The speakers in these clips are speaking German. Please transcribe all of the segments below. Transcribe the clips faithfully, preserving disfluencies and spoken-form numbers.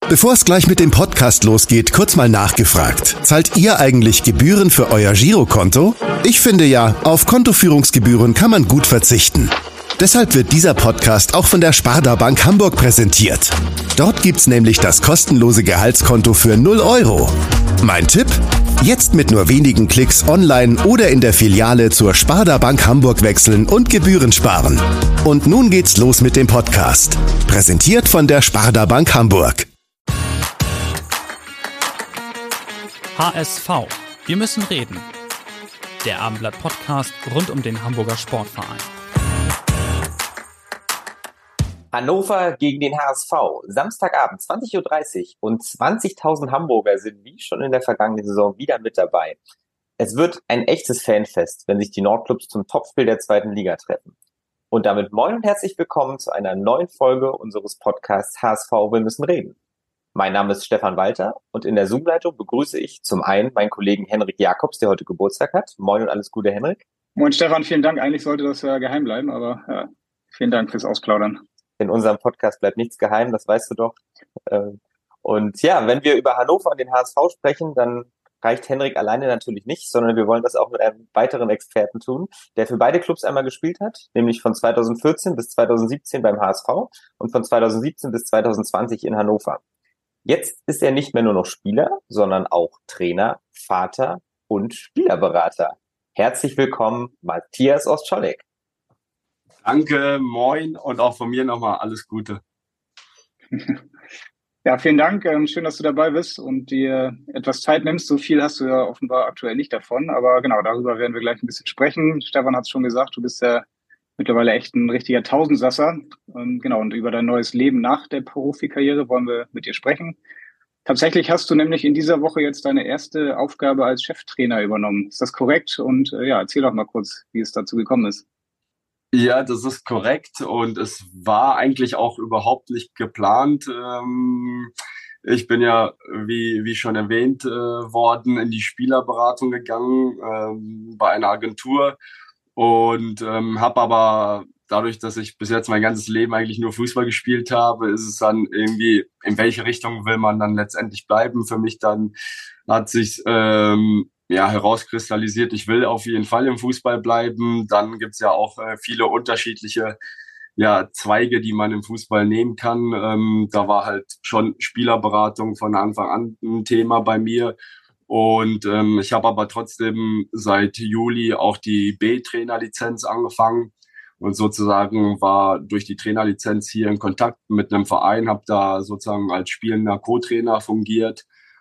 Bevor es gleich mit dem Podcast losgeht, kurz mal nachgefragt. Zahlt ihr eigentlich Gebühren für euer Girokonto? Ich finde ja, auf Kontoführungsgebühren kann man gut verzichten. Deshalb wird dieser Podcast auch von der Sparda Bank Hamburg präsentiert. Dort gibt's nämlich das kostenlose Gehaltskonto für null Euro. Mein Tipp? Jetzt mit nur wenigen Klicks online oder in der Filiale zur Sparda Bank Hamburg wechseln und Gebühren sparen. Und nun geht's los mit dem Podcast. Präsentiert von der Sparda Bank Hamburg. H S V. Wir müssen reden. Der Abendblatt-Podcast rund um den Hamburger Sportverein. Hannover gegen den H S V. Samstagabend, zwanzig Uhr dreißig und zwanzigtausend Hamburger sind wie schon in der vergangenen Saison wieder mit dabei. Es wird ein echtes Fanfest, wenn sich die Nordclubs zum Topspiel der zweiten Liga treffen. Und damit moin und herzlich willkommen zu einer neuen Folge unseres Podcasts H S V. Wir müssen reden. Mein Name ist Stefan Walter und in der Zoom-Leitung begrüße ich zum einen meinen Kollegen Henrik Jakobs, der heute Geburtstag hat. Moin und alles Gute, Henrik. Moin Stefan, vielen Dank. Eigentlich sollte das ja geheim bleiben, aber ja, vielen Dank fürs Ausplaudern. In unserem Podcast bleibt nichts geheim, das weißt du doch. Und ja, wenn wir über Hannover und den H S V sprechen, dann reicht Henrik alleine natürlich nicht, sondern wir wollen das auch mit einem weiteren Experten tun, der für beide Clubs einmal gespielt hat, nämlich von zweitausendvierzehn bis zweitausendsiebzehn beim H S V und von zweitausendsiebzehn bis zweitausendzwanzig in Hannover. Jetzt ist er nicht mehr nur noch Spieler, sondern auch Trainer, Vater und Spielerberater. Herzlich willkommen, Matthias Ostscholek. Danke, moin und auch von mir nochmal alles Gute. Ja, vielen Dank. Schön, dass du dabei bist und dir etwas Zeit nimmst. So viel hast du ja offenbar aktuell nicht davon, aber genau, darüber werden wir gleich ein bisschen sprechen. Stefan hat es schon gesagt, du bist ja mittlerweile echt ein richtiger Tausendsasser. Und genau, und über dein neues Leben nach der Profikarriere wollen wir mit dir sprechen. Tatsächlich hast du nämlich in dieser Woche jetzt deine erste Aufgabe als Cheftrainer übernommen. Ist das korrekt? Und äh, ja, erzähl doch mal kurz, wie es dazu gekommen ist. Ja, das ist korrekt und es war eigentlich auch überhaupt nicht geplant. Ähm, ich bin ja, wie, wie schon erwähnt äh, worden, in die Spielerberatung gegangen ähm, bei einer Agentur. Und ähm, habe aber dadurch, dass ich bis jetzt mein ganzes Leben eigentlich nur Fußball gespielt habe, ist es dann irgendwie, in welche Richtung will man dann letztendlich bleiben? Für mich dann hat sich ähm, ja herauskristallisiert, ich will auf jeden Fall im Fußball bleiben. Dann gibt's ja auch äh, viele unterschiedliche ja Zweige, die man im Fußball nehmen kann. Ähm, da war halt schon Spielerberatung von Anfang an ein Thema bei mir. Und ähm, ich habe aber trotzdem seit Juli auch die B-Trainerlizenz angefangen und sozusagen war durch die Trainerlizenz hier in Kontakt mit einem Verein, habe da sozusagen als spielender Co-Trainer fungiert.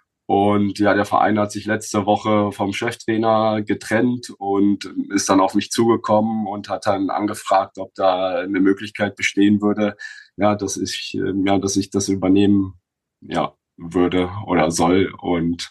Und ja, der Verein hat sich letzte Woche vom Cheftrainer getrennt und ist dann auf mich zugekommen und hat dann angefragt, ob da eine Möglichkeit bestehen würde, ja, dass ich, ja, dass ich das übernehmen, ja, würde oder soll. Und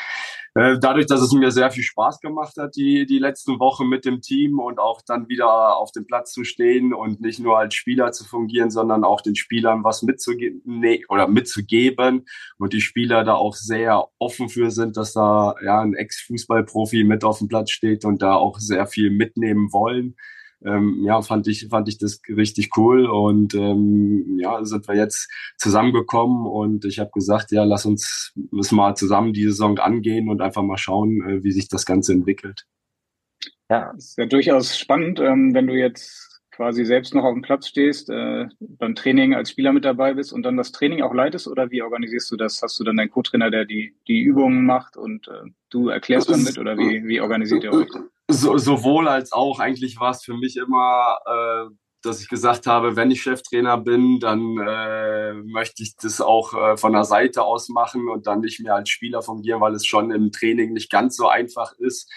dadurch, dass es mir sehr viel Spaß gemacht hat, die, die letzten Wochen mit dem Team und auch dann wieder auf dem Platz zu stehen und nicht nur als Spieler zu fungieren, sondern auch den Spielern was mitzugeben, nee, oder mitzugeben und die Spieler da auch sehr offen für sind, dass da ja ein Ex-Fußballprofi mit auf dem Platz steht und da auch sehr viel mitnehmen wollen. Ähm, ja, fand ich, fand ich das richtig cool und ähm, ja, sind wir jetzt zusammengekommen und ich habe gesagt, ja, lass uns müssen mal zusammen die Saison angehen und einfach mal schauen, äh, wie sich das Ganze entwickelt. Ja, das ist ja durchaus spannend, ähm, wenn du jetzt quasi selbst noch auf dem Platz stehst, äh, beim Training als Spieler mit dabei bist und dann das Training auch leitest oder wie organisierst du das? Hast du dann deinen Co-Trainer, der die, die Übungen macht und äh, du erklärst dann mit oder wie, wie organisiert ihr euch? So, sowohl als auch. Eigentlich war es für mich immer, äh, dass ich gesagt habe, wenn ich Cheftrainer bin, dann äh, möchte ich das auch äh, von der Seite aus machen und dann nicht mehr als Spieler fungieren, weil es schon im Training nicht ganz so einfach ist.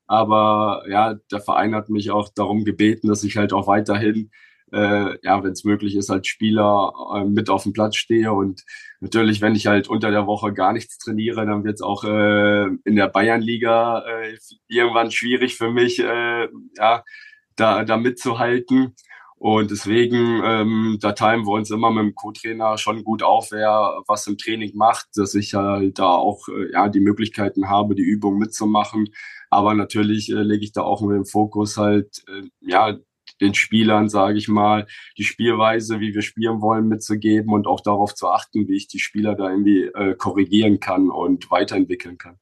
Aber ja, der Verein hat mich auch darum gebeten, dass ich halt auch weiterhin, äh, ja, wenn es möglich ist, als Spieler äh, mit auf dem Platz stehe. Und natürlich, wenn ich halt unter der Woche gar nichts trainiere, dann wird es auch äh, in der Bayernliga äh, irgendwann schwierig für mich, äh, ja, da, da mitzuhalten. Und deswegen, ähm, da teilen wir uns immer mit dem Co-Trainer schon gut auf, wer was im Training macht, dass ich halt da auch äh, ja die Möglichkeiten habe, die Übung mitzumachen. Aber natürlich äh, lege ich da auch mit dem Fokus halt, äh, ja, den Spielern, sage ich mal, die Spielweise, wie wir spielen wollen, mitzugeben und auch darauf zu achten, wie ich die Spieler da irgendwie äh, korrigieren kann und weiterentwickeln kann.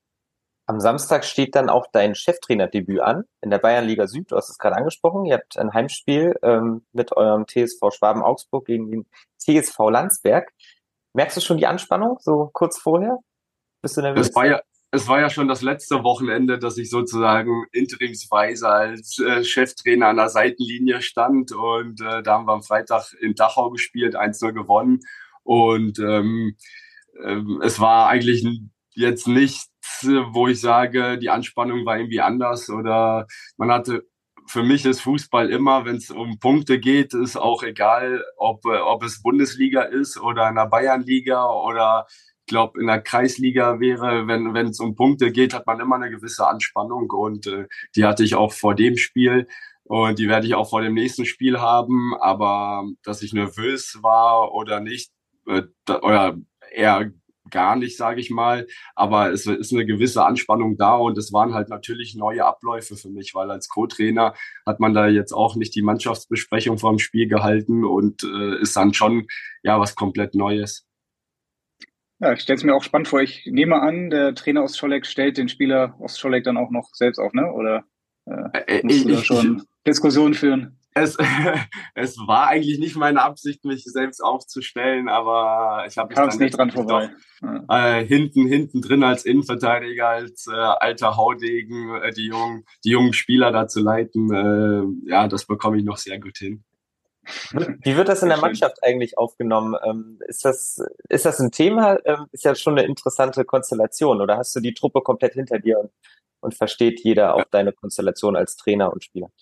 Am Samstag steht dann auch dein Cheftrainerdebüt an in der Bayernliga Süd. Du hast es gerade angesprochen. Ihr habt ein Heimspiel ähm, mit eurem T S V Schwaben Augsburg gegen den T S V Landsberg. Merkst du schon die Anspannung so kurz vorher? Bist du nervös? Es war ja, es war ja schon das letzte Wochenende, dass ich sozusagen interimsweise als äh, Cheftrainer an der Seitenlinie stand und äh, da haben wir am Freitag in Dachau gespielt, eins null gewonnen und ähm, ähm, es war eigentlich jetzt nichts, wo ich sage, die Anspannung war irgendwie anders oder man hatte, für mich ist Fußball immer, wenn es um Punkte geht, ist auch egal, ob, ob es Bundesliga ist oder in der Bayernliga oder ich glaube in der Kreisliga wäre, wenn wenn es um Punkte geht, hat man immer eine gewisse Anspannung und äh, die hatte ich auch vor dem Spiel und die werde ich auch vor dem nächsten Spiel haben, aber dass ich nervös war oder nicht, äh, oder eher gar nicht, sage ich mal, aber es ist eine gewisse Anspannung da und es waren halt natürlich neue Abläufe für mich, weil als Co-Trainer hat man da jetzt auch nicht die Mannschaftsbesprechung vor dem Spiel gehalten und äh, ist dann schon ja was komplett Neues. Ja, ich stelle es mir auch spannend vor. Ich nehme an, der Trainer aus Scholleck stellt den Spieler aus Scholleck dann auch noch selbst auf, ne? Oder äh, musst ich, du da schon ich, Diskussionen führen? Es, es war eigentlich nicht meine Absicht, mich selbst aufzustellen, aber ich habe mich Kam's dann nicht dran vorbei. Doch, äh, hinten, hinten drin als Innenverteidiger, als äh, alter Haudegen, äh, die jungen, die jungen Spieler da zu leiten. Äh, ja, das bekomme ich noch sehr gut hin. Wie wird das in der Mannschaft eigentlich aufgenommen? Ähm, ist das, ist das ein Thema? Ähm, ist ja schon eine interessante Konstellation. Oder hast du die Truppe komplett hinter dir und, und versteht jeder auch deine Konstellation als Trainer und Spieler?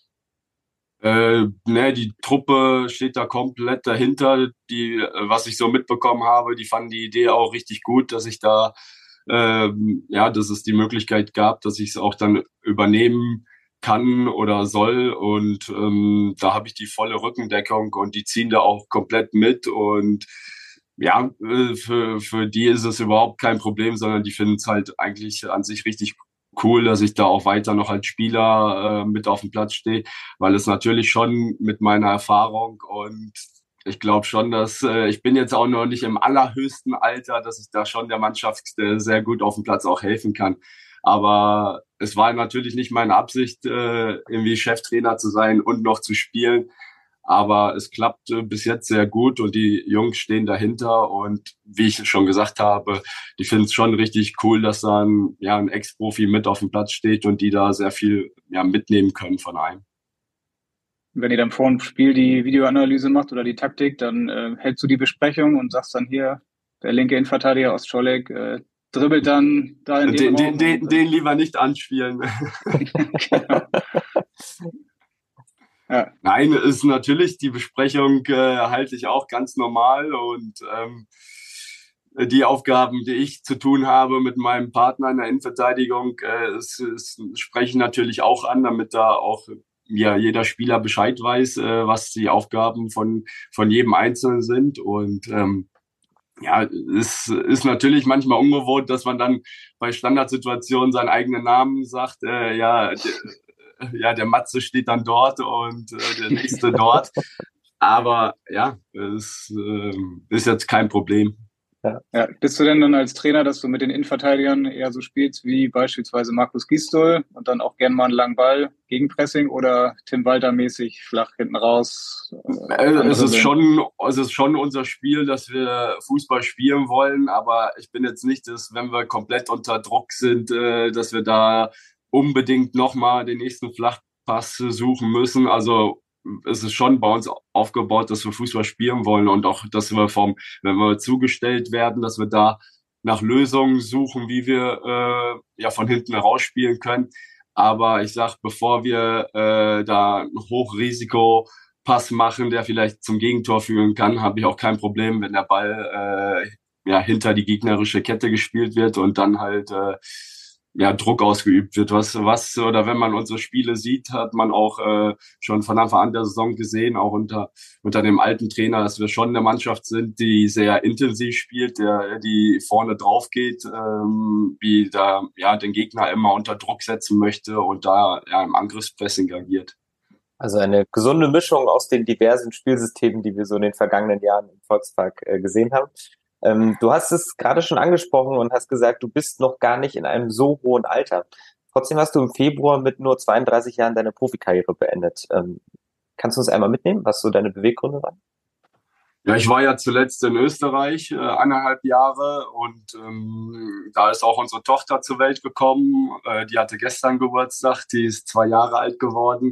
Äh, ne, die Truppe steht da komplett dahinter. Die, was ich so mitbekommen habe, die fanden die Idee auch richtig gut, dass ich da, ähm, ja, dass es die Möglichkeit gab, dass ich es auch dann übernehmen kann oder soll. Und ähm, da habe ich die volle Rückendeckung und die ziehen da auch komplett mit. Und ja, für, für die ist es überhaupt kein Problem, sondern die finden es halt eigentlich an sich richtig cool, dass ich da auch weiter noch als Spieler äh, mit auf dem Platz stehe, weil es natürlich schon mit meiner Erfahrung und ich glaube schon, dass äh, ich bin jetzt auch noch nicht im allerhöchsten Alter, dass ich da schon der Mannschaft äh, sehr gut auf dem Platz auch helfen kann. Aber es war natürlich nicht meine Absicht, äh, irgendwie Cheftrainer zu sein und noch zu spielen. Aber es klappt äh, bis jetzt sehr gut und die Jungs stehen dahinter. Und wie ich schon gesagt habe, die finden es schon richtig cool, dass da ein, ja, ein Ex-Profi mit auf dem Platz steht und die da sehr viel ja, mitnehmen können von einem. Wenn ihr dann vor dem Spiel die Videoanalyse macht oder die Taktik, dann äh, hältst du die Besprechung und sagst dann hier, der linke Innenverteidiger aus Scholleck äh, dribbelt dann da in den, den Raum. Den, den, den lieber nicht anspielen. Genau. Ja. Nein, ist natürlich, die Besprechung äh, halte ich auch ganz normal und ähm, die Aufgaben, die ich zu tun habe mit meinem Partner in der Innenverteidigung, äh, es, es spreche ich natürlich auch an, damit da auch ja, jeder Spieler Bescheid weiß, äh, was die Aufgaben von, von jedem Einzelnen sind und ähm, ja, es ist natürlich manchmal ungewohnt, dass man dann bei Standardsituationen seinen eigenen Namen sagt, äh, ja, ja, der Matze steht dann dort und äh, der nächste dort. Aber ja, es äh, ist jetzt kein Problem. Ja. Ja. Bist du denn dann als Trainer, dass du mit den Innenverteidigern eher so spielst wie beispielsweise Markus Gisdol und dann auch gern mal einen langen Ball gegen Pressing oder Tim Walter mäßig flach hinten raus? Äh, es ist schon, es ist schon unser Spiel, dass wir Fußball spielen wollen, aber ich bin jetzt nicht, dass wenn wir komplett unter Druck sind, äh, dass wir da unbedingt nochmal den nächsten Flachpass suchen müssen. Also es ist schon bei uns aufgebaut, dass wir Fußball spielen wollen und auch, dass wir vom, wenn wir zugestellt werden, dass wir da nach Lösungen suchen, wie wir äh, ja von hinten rausspielen können. Aber ich sag, bevor wir äh, da einen Hochrisikopass machen, der vielleicht zum Gegentor führen kann, habe ich auch kein Problem, wenn der Ball äh, ja hinter die gegnerische Kette gespielt wird und dann halt äh, ja, Druck ausgeübt wird. Was, was, oder wenn man unsere Spiele sieht, hat man auch äh, schon von Anfang an der Saison gesehen, auch unter, unter dem alten Trainer, dass wir schon eine Mannschaft sind, die sehr intensiv spielt, der, die vorne drauf geht, ähm, wie da, ja, den Gegner immer unter Druck setzen möchte und da, ja, im Angriffspressing agiert. Also eine gesunde Mischung aus den diversen Spielsystemen, die wir so in den vergangenen Jahren im Volkspark äh, gesehen haben. Ähm, du hast es gerade schon angesprochen und hast gesagt, du bist noch gar nicht in einem so hohen Alter. Trotzdem hast du im Februar mit nur zweiunddreißig Jahren deine Profikarriere beendet. Ähm, kannst du uns einmal mitnehmen, was so deine Beweggründe waren? Ja, ich war ja zuletzt in Österreich äh, eineinhalb Jahre und ähm, da ist auch unsere Tochter zur Welt gekommen. Äh, die hatte gestern Geburtstag, die ist zwei Jahre alt geworden.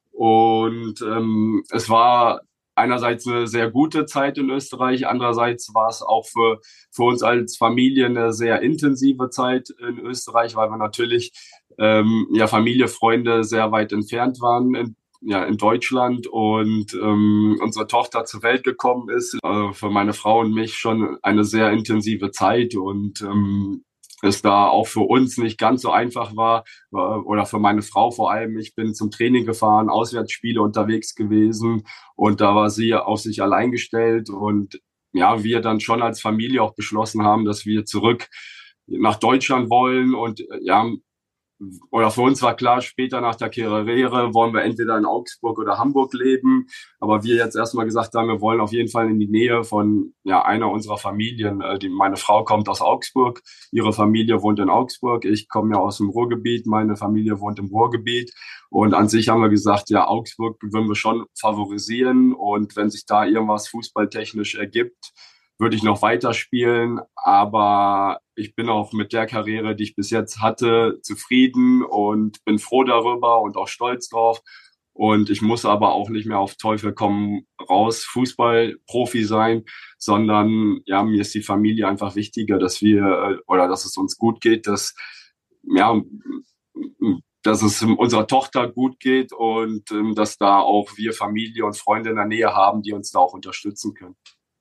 Und ähm, es war einerseits eine sehr gute Zeit in Österreich, andererseits war es auch für, für uns als Familie eine sehr intensive Zeit in Österreich, weil wir natürlich ähm, ja Familie, Freunde sehr weit entfernt waren in, ja, in Deutschland und ähm, unsere Tochter zur Welt gekommen ist. Äh, für meine Frau und mich schon eine sehr intensive Zeit und ähm, es da auch für uns nicht ganz so einfach war, äh, oder für meine Frau vor allem. Ich bin zum Training gefahren, Auswärtsspiele unterwegs gewesen und da war sie auf sich allein gestellt und ja, wir dann schon als Familie auch beschlossen haben, dass wir zurück nach Deutschland wollen und äh, ja, oder für uns war klar, später nach der Karriere wollen wir entweder in Augsburg oder Hamburg leben. Aber wir jetzt erstmal gesagt haben, wir wollen auf jeden Fall in die Nähe von ja, einer unserer Familien. Die, meine Frau kommt aus Augsburg, ihre Familie wohnt in Augsburg. Ich komme ja aus dem Ruhrgebiet, meine Familie wohnt im Ruhrgebiet. Und an sich haben wir gesagt, ja, Augsburg würden wir schon favorisieren. Und wenn sich da irgendwas fußballtechnisch ergibt, würde ich noch weiterspielen, aber ich bin auch mit der Karriere, die ich bis jetzt hatte, zufrieden und bin froh darüber und auch stolz drauf. Und ich muss aber auch nicht mehr auf Teufel komm raus Fußballprofi sein, sondern ja, mir ist die Familie einfach wichtiger, dass wir oder dass es uns gut geht, dass ja, dass es unserer Tochter gut geht und ähm, dass da auch wir Familie und Freunde in der Nähe haben, die uns da auch unterstützen können.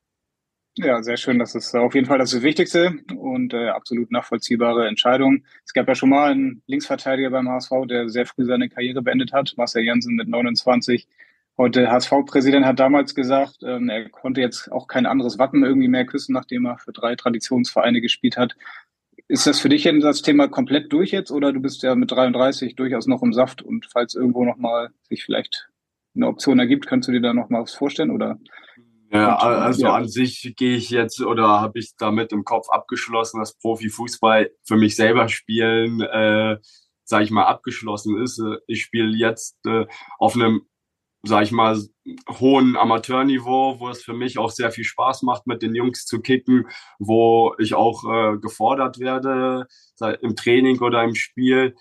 Ja, sehr schön. Das ist auf jeden Fall das Wichtigste und äh, absolut nachvollziehbare Entscheidung. Es gab ja schon mal einen Linksverteidiger beim H S V, der sehr früh seine Karriere beendet hat, Marcel Jansen mit neunundzwanzig. Heute H S V-Präsident hat damals gesagt, ähm, er konnte jetzt auch kein anderes Wappen irgendwie mehr küssen, nachdem er für drei Traditionsvereine gespielt hat. Ist das für dich denn das Thema komplett durch jetzt oder du bist ja mit dreiunddreißig durchaus noch im Saft und falls irgendwo nochmal sich vielleicht eine Option ergibt, kannst du dir da noch mal was vorstellen oder? Ja, Und, also ja. an sich gehe ich jetzt oder habe ich damit im Kopf abgeschlossen, dass Profifußball für mich selber spielen, äh, sage ich mal, abgeschlossen ist. Ich spiele jetzt äh, auf einem, sage ich mal, hohen Amateurniveau, wo es für mich auch sehr viel Spaß macht, mit den Jungs zu kicken, wo ich auch äh, gefordert werde, sei im Training oder im Spiel.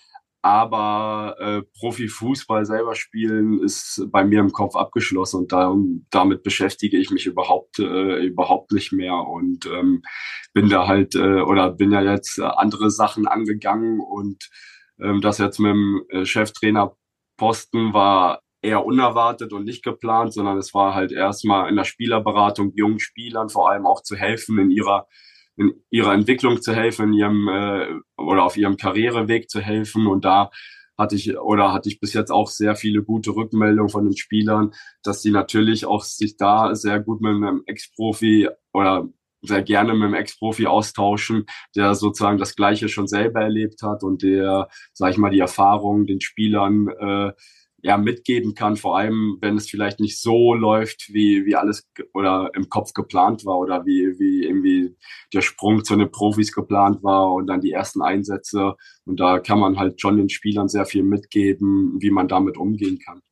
Aber äh, Profifußball selber spielen ist bei mir im Kopf abgeschlossen und da, damit beschäftige ich mich überhaupt äh, überhaupt nicht mehr und ähm, bin da halt äh, oder bin ja jetzt äh, andere Sachen angegangen und ähm, das jetzt mit dem äh, Cheftrainerposten war eher unerwartet und nicht geplant, sondern es war halt erstmal in der Spielerberatung jungen Spielern vor allem auch zu helfen in ihrer in ihrer Entwicklung zu helfen, in ihrem äh, oder auf ihrem Karriereweg zu helfen. Und da hatte ich oder hatte ich bis jetzt auch sehr viele gute Rückmeldungen von den Spielern, dass sie natürlich auch sich da sehr gut mit einem Ex-Profi oder sehr gerne mit einem Ex-Profi austauschen, der sozusagen das Gleiche schon selber erlebt hat und der, sag ich mal, die Erfahrung den Spielern äh, ja mitgeben kann, vor allem wenn es vielleicht nicht so läuft, wie wie alles oder im Kopf geplant war oder wie wie irgendwie der Sprung zu den Profis geplant war und dann die ersten Einsätze und da kann man halt schon den Spielern sehr viel mitgeben, wie man damit umgehen kann.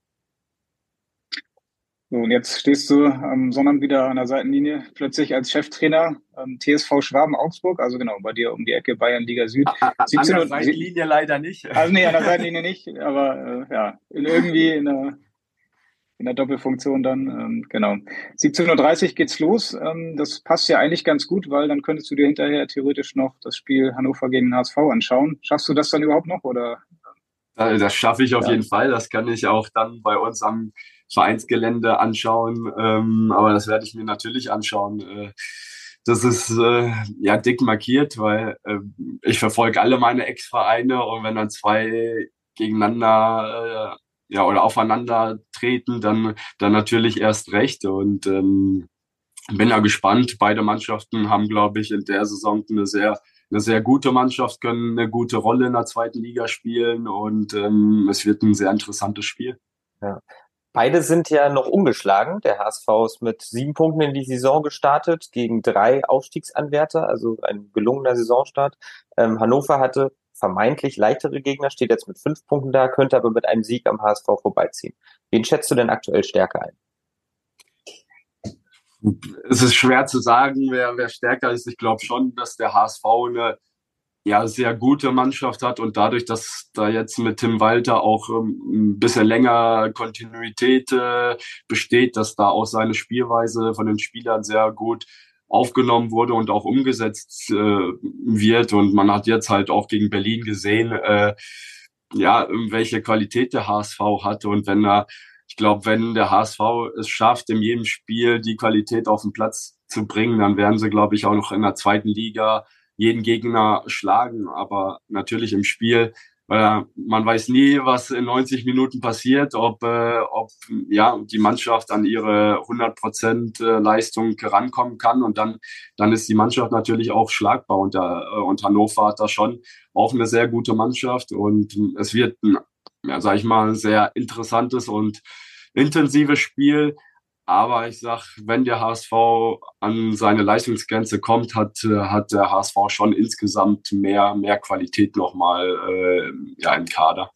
So, und jetzt stehst du am Sonnabend wieder an der Seitenlinie, plötzlich als Cheftrainer ähm, T S V Schwaben Augsburg, also genau, bei dir um die Ecke Bayern Liga Süd. A an der Seitenlinie leider nicht. Also nee, an der Seitenlinie nicht, aber äh, ja, in irgendwie in der, in der Doppelfunktion dann, ähm, genau. siebzehn Uhr dreißig geht's los, ähm, das passt ja eigentlich ganz gut, weil dann könntest du dir hinterher theoretisch noch das Spiel Hannover gegen den H S V anschauen. Schaffst du das dann überhaupt noch, oder? Das schaffe ich auf Ja. jeden Fall, das kann ich auch dann bei uns am Vereinsgelände anschauen, ähm, aber das werde ich mir natürlich anschauen. Äh, das ist äh, ja dick markiert, weil äh, ich verfolge alle meine Ex-Vereine und wenn dann zwei gegeneinander äh, ja oder aufeinander treten, dann dann natürlich erst recht und ähm, bin ja gespannt. Beide Mannschaften haben, glaube ich, in der Saison eine sehr eine sehr gute Mannschaft, können eine gute Rolle in der zweiten Liga spielen und ähm, es wird ein sehr interessantes Spiel. Ja. Beide sind ja noch ungeschlagen. Der H S V ist mit sieben Punkten in die Saison gestartet gegen drei Aufstiegsanwärter, also ein gelungener Saisonstart. Ähm, Hannover hatte vermeintlich leichtere Gegner, steht jetzt mit fünf Punkten da, könnte aber mit einem Sieg am H S V vorbeiziehen. Wen schätzt du denn aktuell stärker ein? Es ist schwer zu sagen, wer, wer stärker ist. Ich glaube schon, dass der H S V eine ja, sehr gute Mannschaft hat und dadurch, dass da jetzt mit Tim Walter auch ähm, ein bisschen länger Kontinuität äh, besteht, dass da auch seine Spielweise von den Spielern sehr gut aufgenommen wurde und auch umgesetzt äh, wird. Und man hat jetzt halt auch gegen Berlin gesehen, äh, ja, welche Qualität der H S V hatte. Und wenn er, ich glaube, wenn der H S V es schafft, in jedem Spiel die Qualität auf den Platz zu bringen, dann werden sie, glaube ich, auch noch in der zweiten Liga jeden Gegner schlagen. Aber natürlich im Spiel, äh, man weiß nie, was in neunzig Minuten passiert, ob, äh, ob ja die Mannschaft an ihre hundert Prozent äh, Leistung rankommen kann. Und dann, dann ist die Mannschaft natürlich auch schlagbar. Und, der, äh, und Hannover hat da schon auch eine sehr gute Mannschaft. Und es wird ein, ja, sag ich mal, ein sehr interessantes und intensives Spiel. Aber ich sag, wenn der H S V an seine Leistungsgrenze kommt, hat, hat der H S V schon insgesamt mehr, mehr Qualität nochmal äh, ja, im Kader.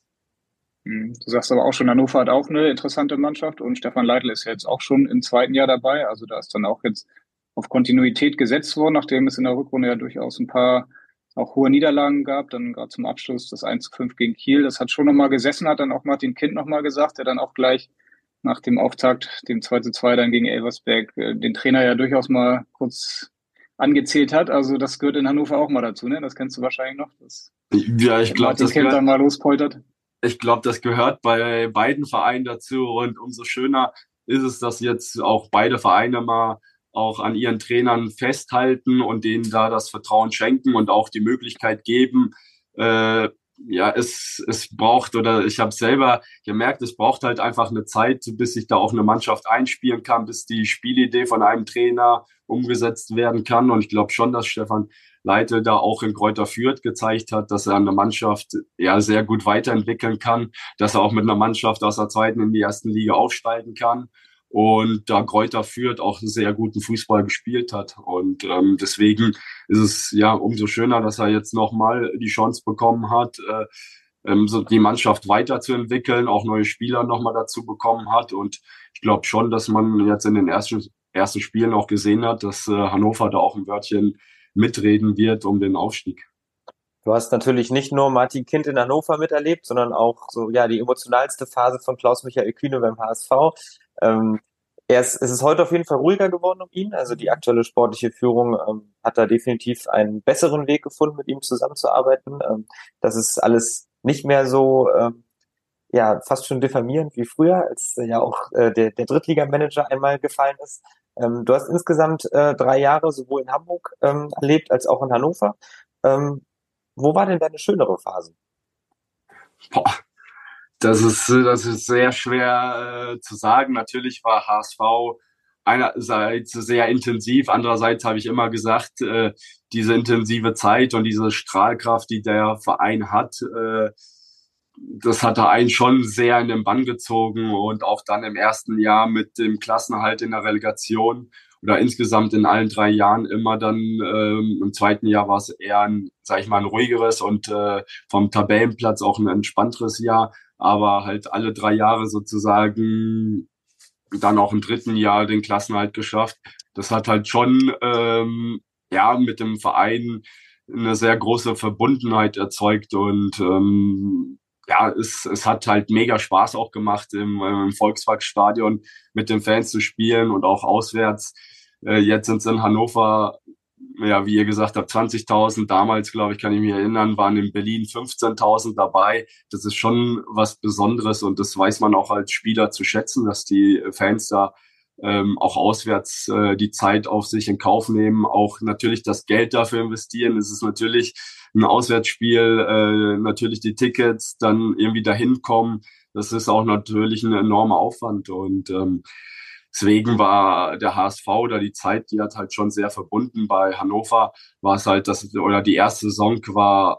Du sagst aber auch schon, Hannover hat auch eine interessante Mannschaft und Stefan Leitl ist ja jetzt auch schon im zweiten Jahr dabei. Also da ist dann auch jetzt auf Kontinuität gesetzt worden, nachdem es in der Rückrunde ja durchaus ein paar auch hohe Niederlagen gab. Dann gerade zum Abschluss das eins zu fünf gegen Kiel. Das hat schon nochmal gesessen, hat dann auch Martin Kind nochmal gesagt, der dann auch gleich nach dem Auftakt, dem zwei zu zwei dann gegen Elversberg, den Trainer ja durchaus mal kurz angezählt hat. Also das gehört in Hannover auch mal dazu, ne? Das kennst du wahrscheinlich noch. Dass ja, ich glaube, das Kind dann mal lospoltert. Ich glaube, das gehört bei beiden Vereinen dazu und umso schöner ist es, dass jetzt auch beide Vereine mal auch an ihren Trainern festhalten und denen da das Vertrauen schenken und auch die Möglichkeit geben, äh, ja, es, es braucht, oder ich habe selber gemerkt, es braucht halt einfach eine Zeit, bis sich da auch eine Mannschaft einspielen kann, bis die Spielidee von einem Trainer umgesetzt werden kann. Und ich glaube schon, dass Stefan Leitl da auch in Greuther Fürth gezeigt hat, dass er eine Mannschaft ja sehr gut weiterentwickeln kann, dass er auch mit einer Mannschaft aus der zweiten in die ersten Liga aufsteigen kann. Und da Greuther Fürth auch einen sehr guten Fußball gespielt hat. Und ähm, deswegen ist es ja umso schöner, dass er jetzt nochmal die Chance bekommen hat, äh, ähm, so die Mannschaft weiterzuentwickeln, auch neue Spieler nochmal dazu bekommen hat. Und ich glaube schon, dass man jetzt in den ersten, ersten Spielen auch gesehen hat, dass äh, Hannover da auch ein Wörtchen mitreden wird um den Aufstieg. Du hast natürlich nicht nur Martin Kind in Hannover miterlebt, sondern auch so ja die emotionalste Phase von Klaus-Michael Kühne beim H S V. Ähm, er ist, es ist heute auf jeden Fall ruhiger geworden um ihn. Also die aktuelle sportliche Führung ähm, hat da definitiv einen besseren Weg gefunden, mit ihm zusammenzuarbeiten. Ähm, das ist alles nicht mehr so ähm, ja fast schon diffamierend wie früher, als äh, ja auch äh, der, der Drittligamanager einmal gefallen ist. Ähm, du hast insgesamt äh, drei Jahre sowohl in Hamburg ähm, erlebt als auch in Hannover. Ähm, Wo war denn deine schönere Phase? Boah, das ist, das ist sehr schwer äh, zu sagen. Natürlich war H S V einerseits sehr intensiv, andererseits habe ich immer gesagt, äh, diese intensive Zeit und diese Strahlkraft, die der Verein hat, äh, das hat er einen schon sehr in den Bann gezogen und auch dann im ersten Jahr mit dem Klassenerhalt in der Relegation oder insgesamt in allen drei Jahren immer dann, ähm, im zweiten Jahr war es eher ein, sag ich mal, ein ruhigeres und äh, vom Tabellenplatz auch ein entspannteres Jahr, aber halt alle drei Jahre sozusagen dann auch im dritten Jahr den Klassenerhalt geschafft. Das hat halt schon ähm, ja mit dem Verein eine sehr große Verbundenheit erzeugt und ähm, ja, es, es hat halt mega Spaß auch gemacht, im, im Volksparkstadion mit den Fans zu spielen und auch auswärts. Äh, jetzt sind es in Hannover, ja, wie ihr gesagt habt, zwanzigtausend. Damals, glaube ich, kann ich mich erinnern, waren in Berlin fünfzehntausend dabei. Das ist schon was Besonderes und das weiß man auch als Spieler zu schätzen, dass die Fans da ähm, auch auswärts äh, die Zeit auf sich in Kauf nehmen, auch natürlich das Geld dafür investieren. Es ist natürlich ein Auswärtsspiel, äh, natürlich die Tickets, dann irgendwie dahin kommen. Das ist auch natürlich ein enormer Aufwand und ähm, deswegen war der H S V da die Zeit, die hat halt schon sehr verbunden. Bei Hannover war es halt, das oder die erste Saison war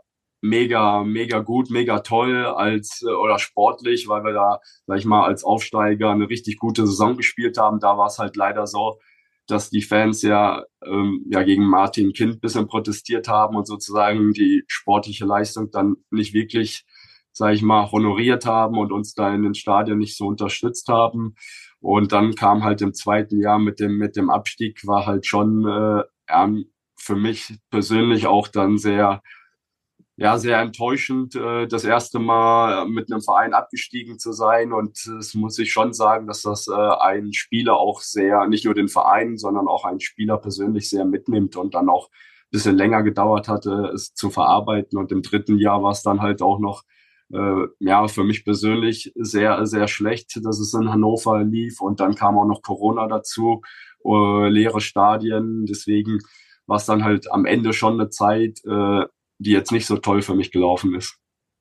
mega, mega gut, mega toll als oder sportlich, weil wir da, sag ich mal, als Aufsteiger eine richtig gute Saison gespielt haben. Da war es halt leider so, dass die Fans ja, ähm, ja gegen Martin Kind ein bisschen protestiert haben und sozusagen die sportliche Leistung dann nicht wirklich, sage ich mal, honoriert haben und uns da in den Stadien nicht so unterstützt haben. Und dann kam halt im zweiten Jahr mit dem mit dem Abstieg, war halt schon äh, ja, für mich persönlich auch dann sehr ja, sehr enttäuschend, äh, das erste Mal mit einem Verein abgestiegen zu sein. Und es muss ich schon sagen, dass das äh, ein Spieler auch sehr, nicht nur den Verein, sondern auch ein Spieler persönlich sehr mitnimmt und dann auch ein bisschen länger gedauert hatte, es zu verarbeiten. Und im dritten Jahr war es dann halt auch noch, äh, ja, für mich persönlich sehr, sehr schlecht, dass es in Hannover lief. Und dann kam auch noch Corona dazu, äh, leere Stadien. Deswegen war es dann halt am Ende schon eine Zeit, äh, die jetzt nicht so toll für mich gelaufen ist.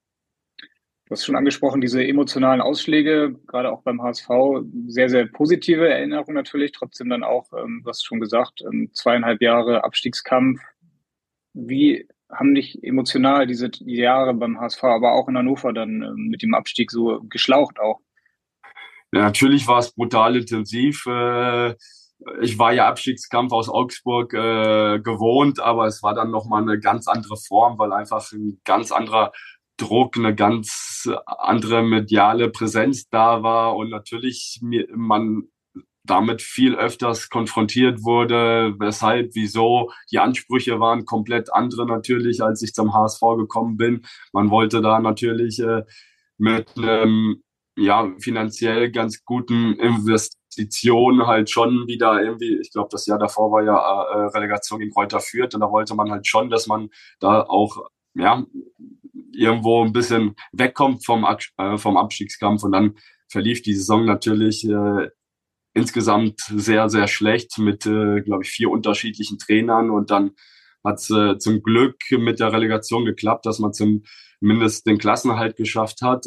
Du hast schon angesprochen, diese emotionalen Ausschläge, gerade auch beim H S V, sehr, sehr positive Erinnerungen natürlich, trotzdem dann auch, ähm, du hast schon gesagt, ähm, zweieinhalb Jahre Abstiegskampf. Wie haben dich emotional diese die Jahre beim H S V, aber auch in Hannover dann ähm, mit dem Abstieg so geschlaucht auch? Ja, natürlich war es brutal intensiv. Äh, Ich war ja Abstiegskampf aus Augsburg äh, gewohnt, aber es war dann nochmal eine ganz andere Form, weil einfach ein ganz anderer Druck, eine ganz andere mediale Präsenz da war und natürlich mir, man damit viel öfters konfrontiert wurde, weshalb, wieso. Die Ansprüche waren komplett andere natürlich, als ich zum H S V gekommen bin. Man wollte da natürlich äh, mit einem ja finanziell ganz guten Investitionen halt schon wieder irgendwie, ich glaube, das Jahr davor war ja äh, Relegation gegen Greuther Fürth und da wollte man halt schon, dass man da auch ja irgendwo ein bisschen wegkommt vom, äh, vom Abstiegskampf und dann verlief die Saison natürlich äh, insgesamt sehr, sehr schlecht mit, äh, glaube ich, vier unterschiedlichen Trainern und dann hat es äh, zum Glück mit der Relegation geklappt, dass man zumindest den Klassenerhalt geschafft hat, äh,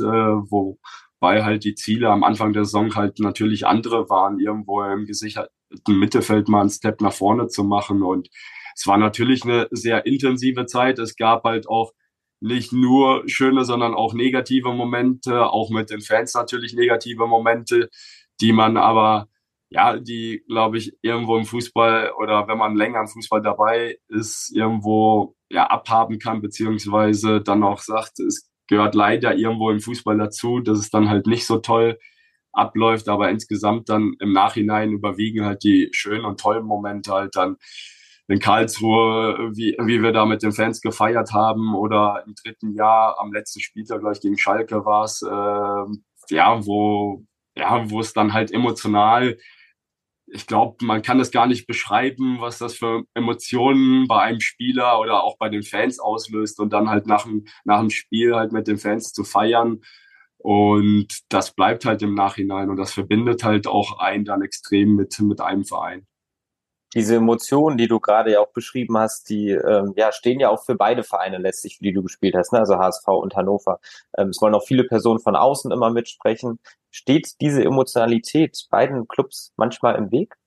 wobei halt die Ziele am Anfang der Saison halt natürlich andere waren, irgendwo im gesicherten Mittelfeld mal einen Step nach vorne zu machen und es war natürlich eine sehr intensive Zeit. Es gab halt auch nicht nur schöne, sondern auch negative Momente, auch mit den Fans natürlich negative Momente, die man aber ja, die, glaube ich, irgendwo im Fußball oder wenn man länger im Fußball dabei ist, irgendwo ja abhaben kann, beziehungsweise dann auch sagt, es gehört leider irgendwo im Fußball dazu, dass es dann halt nicht so toll abläuft, aber insgesamt dann im Nachhinein überwiegen halt die schönen und tollen Momente halt dann in Karlsruhe, wie, wie wir da mit den Fans gefeiert haben oder im dritten Jahr am letzten Spieltag gleich gegen Schalke war es, äh, ja, wo ja, wo es dann halt emotional, ich glaube, man kann das gar nicht beschreiben, was das für Emotionen bei einem Spieler oder auch bei den Fans auslöst und dann halt nach dem, nach dem Spiel halt mit den Fans zu feiern. Und das bleibt halt im Nachhinein und das verbindet halt auch einen dann extrem mit, mit einem Verein. Diese Emotionen, die du gerade ja auch beschrieben hast, die ähm, ja stehen ja auch für beide Vereine letztlich, für die du gespielt hast, ne? Also H S V und Hannover. Ähm, es wollen auch viele Personen von außen immer mitsprechen. Steht diese Emotionalität beiden Clubs manchmal im Weg?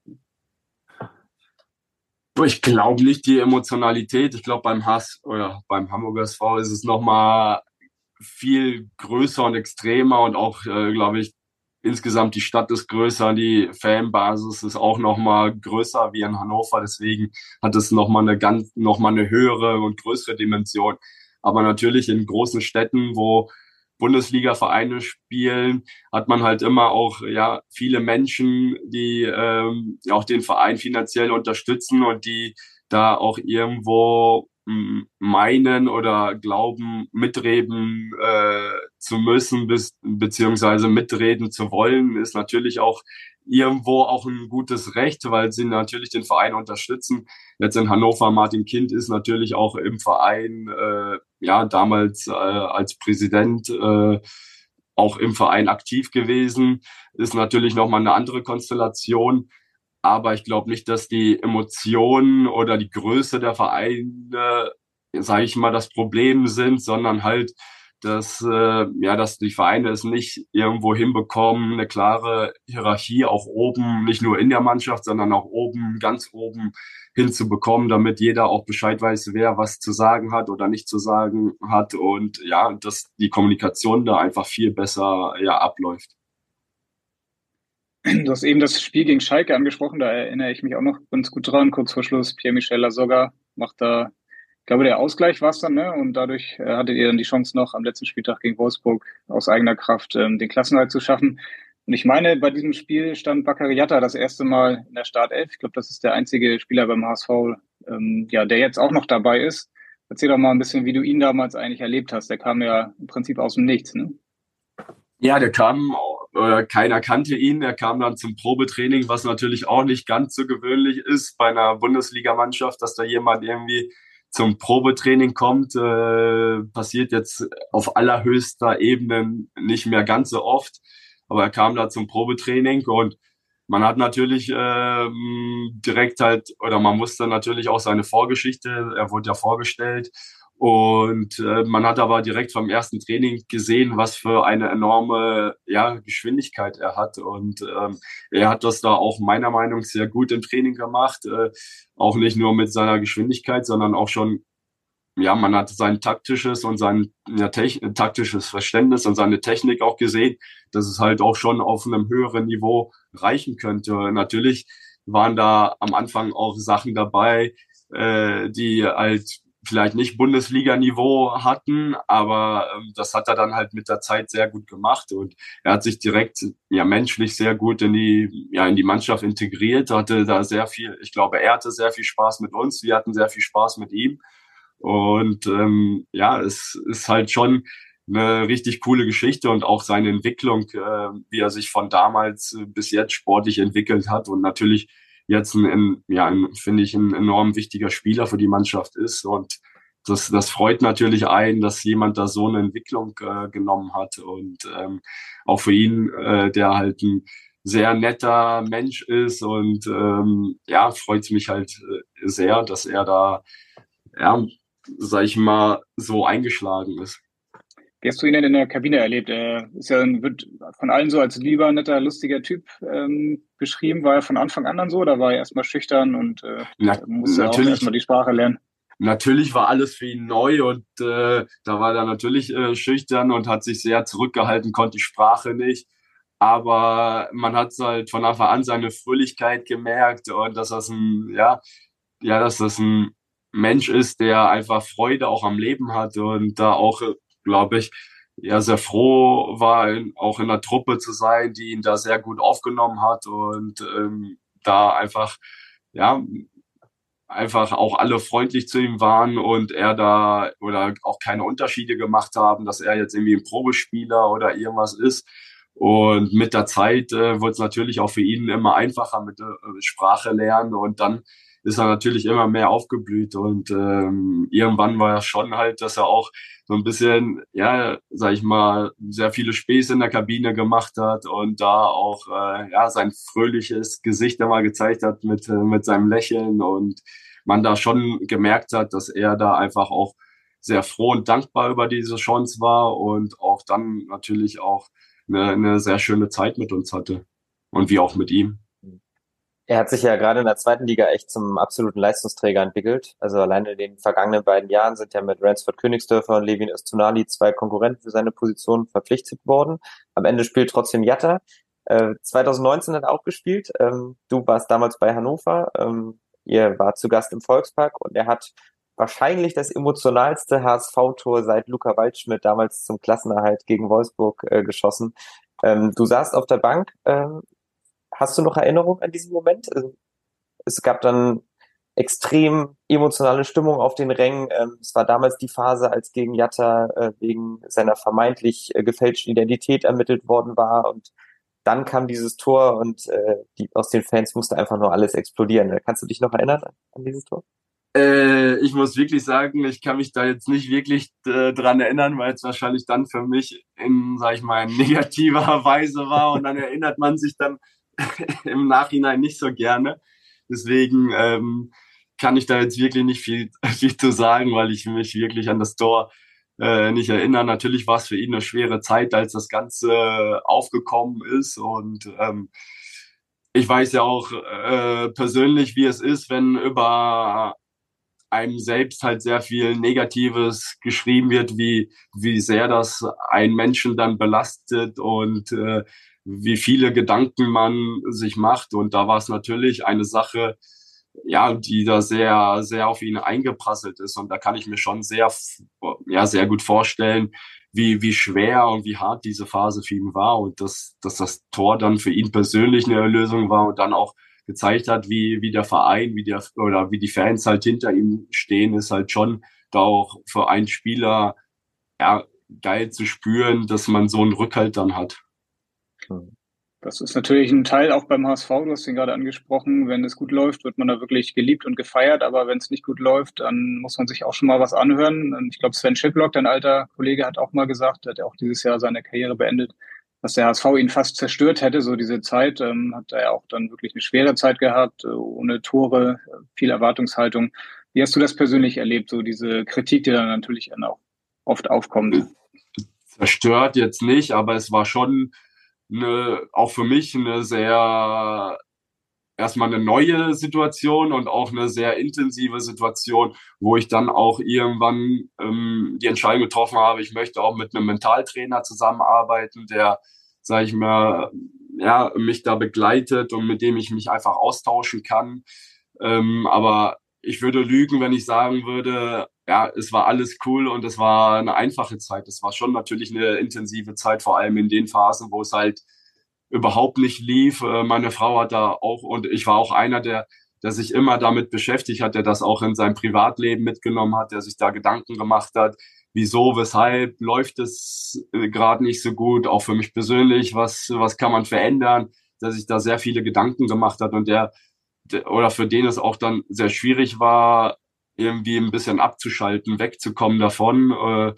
Ich glaube nicht die Emotionalität. Ich glaube beim Hass oder beim Hamburger S V ist es nochmal viel größer und extremer und auch, äh, glaube ich, insgesamt die Stadt ist größer, die Fanbasis ist auch noch mal größer wie in Hannover, deswegen hat es noch mal eine ganz, noch mal eine höhere und größere Dimension. Aber natürlich in großen Städten, wo Bundesliga-Vereine spielen, hat man halt immer auch ja viele Menschen, die ähm, auch den Verein finanziell unterstützen und die da auch irgendwo meinen oder glauben, mitreden äh, zu müssen, bis, beziehungsweise mitreden zu wollen, ist natürlich auch irgendwo auch ein gutes Recht, weil sie natürlich den Verein unterstützen. Jetzt in Hannover, Martin Kind ist natürlich auch im Verein, äh, ja, damals äh, als Präsident äh, auch im Verein aktiv gewesen, ist natürlich nochmal eine andere Konstellation. Aber ich glaube nicht, dass die Emotionen oder die Größe der Vereine, sage ich mal, das Problem sind, sondern halt, dass äh, ja, dass die Vereine es nicht irgendwo hinbekommen, eine klare Hierarchie auch oben, nicht nur in der Mannschaft, sondern auch oben, ganz oben hinzubekommen, damit jeder auch Bescheid weiß, wer was zu sagen hat oder nicht zu sagen hat und ja, dass die Kommunikation da einfach viel besser ja abläuft. Du hast eben das Spiel gegen Schalke angesprochen, da erinnere ich mich auch noch ganz gut dran. Kurz vor Schluss, Pierre-Michel Lasogga macht da, ich glaube, der Ausgleich war es dann, ne? Und dadurch äh, hattet ihr dann die Chance noch am letzten Spieltag gegen Wolfsburg aus eigener Kraft ähm, den Klassenerhalt zu schaffen. Und ich meine, bei diesem Spiel stand Bakary Jatta das erste Mal in der Startelf. Ich glaube, das ist der einzige Spieler beim H S V, ähm, ja, der jetzt auch noch dabei ist. Erzähl doch mal ein bisschen, wie du ihn damals eigentlich erlebt hast. Der kam ja im Prinzip aus dem Nichts, ne? Ja, der kam, äh, keiner kannte ihn. Er kam dann zum Probetraining, was natürlich auch nicht ganz so gewöhnlich ist bei einer Bundesligamannschaft, dass da jemand irgendwie zum Probetraining kommt. Äh, passiert jetzt auf allerhöchster Ebene nicht mehr ganz so oft. Aber er kam da zum Probetraining und man hat natürlich ähm, direkt halt, oder man musste natürlich auch seine Vorgeschichte, er wurde ja vorgestellt. Und äh, man hat aber direkt vom ersten Training gesehen, was für eine enorme ja, Geschwindigkeit er hat. Und ähm, er hat das da auch meiner Meinung nach sehr gut im Training gemacht. Äh, auch nicht nur mit seiner Geschwindigkeit, sondern auch schon, ja, man hat sein taktisches und sein ja, taktisches Verständnis und seine Technik auch gesehen, dass es halt auch schon auf einem höheren Niveau reichen könnte. Natürlich waren da am Anfang auch Sachen dabei, äh, die halt vielleicht nicht Bundesliga-Niveau hatten, aber ähm, das hat er dann halt mit der Zeit sehr gut gemacht und er hat sich direkt ja menschlich sehr gut in die ja in die Mannschaft integriert, hatte da sehr viel, ich glaube, er hatte sehr viel Spaß mit uns, wir hatten sehr viel Spaß mit ihm und ähm, ja, es ist halt schon eine richtig coole Geschichte und auch seine Entwicklung, äh, wie er sich von damals bis jetzt sportlich entwickelt hat und natürlich jetzt ein, ein ja, ein, finde ich, ein enorm wichtiger Spieler für die Mannschaft ist. Und das, das freut natürlich einen, dass jemand da so eine Entwicklung äh, genommen hat. Und ähm, auch für ihn, äh, der halt ein sehr netter Mensch ist. Und ähm, ja, freut es mich halt äh, sehr, dass er da, ja, sag ich mal, so eingeschlagen ist. Wie hast du ihn denn in der Kabine erlebt? Er ist ja, wird von allen so als lieber, netter, lustiger Typ ähm, beschrieben. War er von Anfang an dann so oder war er erstmal schüchtern und äh, Na, musste auch erstmal die Sprache lernen? Natürlich war alles für ihn neu und äh, da war er natürlich äh, schüchtern und hat sich sehr zurückgehalten, konnte die Sprache nicht. Aber man hat halt von Anfang an seine Fröhlichkeit gemerkt und dass das ein, ja, ja, dass das ein Mensch ist, der einfach Freude auch am Leben hat und da auch glaube ich, ja sehr froh war, in, auch in der Truppe zu sein, die ihn da sehr gut aufgenommen hat und ähm, da einfach, ja, einfach auch alle freundlich zu ihm waren und er da oder auch keine Unterschiede gemacht haben, dass er jetzt irgendwie ein Probespieler oder irgendwas ist. Und mit der Zeit äh, wurde es natürlich auch für ihn immer einfacher mit äh, Sprache lernen und dann ist er natürlich immer mehr aufgeblüht und ähm, irgendwann war er schon halt, dass er auch so ein bisschen, ja, sag ich mal, sehr viele Späße in der Kabine gemacht hat und da auch, äh, ja, sein fröhliches Gesicht immer gezeigt hat mit, äh, mit seinem Lächeln und man da schon gemerkt hat, dass er da einfach auch sehr froh und dankbar über diese Chance war und auch dann natürlich auch eine, eine sehr schöne Zeit mit uns hatte und wir auch mit ihm. Er hat sich ja gerade in der zweiten Liga echt zum absoluten Leistungsträger entwickelt. Also alleine in den vergangenen beiden Jahren sind ja mit Ransford Königsdörfer und Levin Öztunali zwei Konkurrenten für seine Position verpflichtet worden. Am Ende spielt trotzdem Jatta. Äh, zwanzig neunzehn hat er auch gespielt. Ähm, du warst damals bei Hannover. Ähm, ihr wart zu Gast im Volkspark und er hat wahrscheinlich das emotionalste H S V-Tor seit Luca Waldschmidt damals zum Klassenerhalt gegen Wolfsburg äh, geschossen. Ähm, du saßt auf der Bank. Ähm, Hast du noch Erinnerung an diesen Moment? Es gab dann extrem emotionale Stimmung auf den Rängen. Es war damals die Phase, als gegen Jatta wegen seiner vermeintlich gefälschten Identität ermittelt worden war. Und dann kam dieses Tor und die, aus den Fans musste einfach nur alles explodieren. Kannst du dich noch erinnern an dieses Tor? Äh, ich muss wirklich sagen, ich kann mich da jetzt nicht wirklich äh, dran erinnern, weil es wahrscheinlich dann für mich in, sag ich mal, in negativer Weise war. Und dann erinnert man sich dann im Nachhinein nicht so gerne. Deswegen ähm, kann ich da jetzt wirklich nicht viel, viel zu sagen, weil ich mich wirklich an das Tor äh, nicht erinnern. Natürlich war es für ihn eine schwere Zeit, als das Ganze aufgekommen ist. Und ähm, ich weiß ja auch äh, persönlich, wie es ist, wenn über einem selbst halt sehr viel Negatives geschrieben wird, wie, wie sehr das einen Menschen dann belastet und äh, wie viele Gedanken man sich macht. Und da war es natürlich eine Sache, ja, die da sehr, sehr auf ihn eingeprasselt ist. Und da kann ich mir schon sehr, ja, sehr gut vorstellen, wie, wie schwer und wie hart diese Phase für ihn war und dass, dass das Tor dann für ihn persönlich eine Erlösung war und dann auch gezeigt hat, wie, wie der Verein, wie der, oder wie die Fans halt hinter ihm stehen, ist halt schon da auch für einen Spieler, ja, geil zu spüren, dass man so einen Rückhalt dann hat. Das ist natürlich ein Teil auch beim H S V, du hast ihn gerade angesprochen. Wenn es gut läuft, wird man da wirklich geliebt und gefeiert, aber wenn es nicht gut läuft, dann muss man sich auch schon mal was anhören. Und ich glaube, Sven Schiplock, dein alter Kollege, hat auch mal gesagt, der hat ja auch dieses Jahr seine Karriere beendet, dass der H S V ihn fast zerstört hätte, so diese Zeit. Ähm, hat er ja auch dann wirklich eine schwere Zeit gehabt, äh, ohne Tore, äh, viel Erwartungshaltung. Wie hast du das persönlich erlebt, so diese Kritik, die dann natürlich dann auch oft aufkommt? Zerstört jetzt nicht, aber es war schon eine, auch für mich eine sehr, erstmal eine neue Situation und auch eine sehr intensive Situation, wo ich dann auch irgendwann ähm, die Entscheidung getroffen habe, ich möchte auch mit einem Mentaltrainer zusammenarbeiten, der, sage ich mal, ja, mich da begleitet und mit dem ich mich einfach austauschen kann. Ähm, aber ich würde lügen, wenn ich sagen würde, ja, es war alles cool und es war eine einfache Zeit. Es war schon natürlich eine intensive Zeit, vor allem in den Phasen, wo es halt überhaupt nicht lief. Meine Frau hat da auch, und ich war auch einer, der, der sich immer damit beschäftigt hat, der das auch in seinem Privatleben mitgenommen hat, der sich da Gedanken gemacht hat, wieso, weshalb läuft es gerade nicht so gut, auch für mich persönlich, was, was kann man verändern, der sich da sehr viele Gedanken gemacht hat und der, der oder für den es auch dann sehr schwierig war, irgendwie ein bisschen abzuschalten, wegzukommen davon. Äh,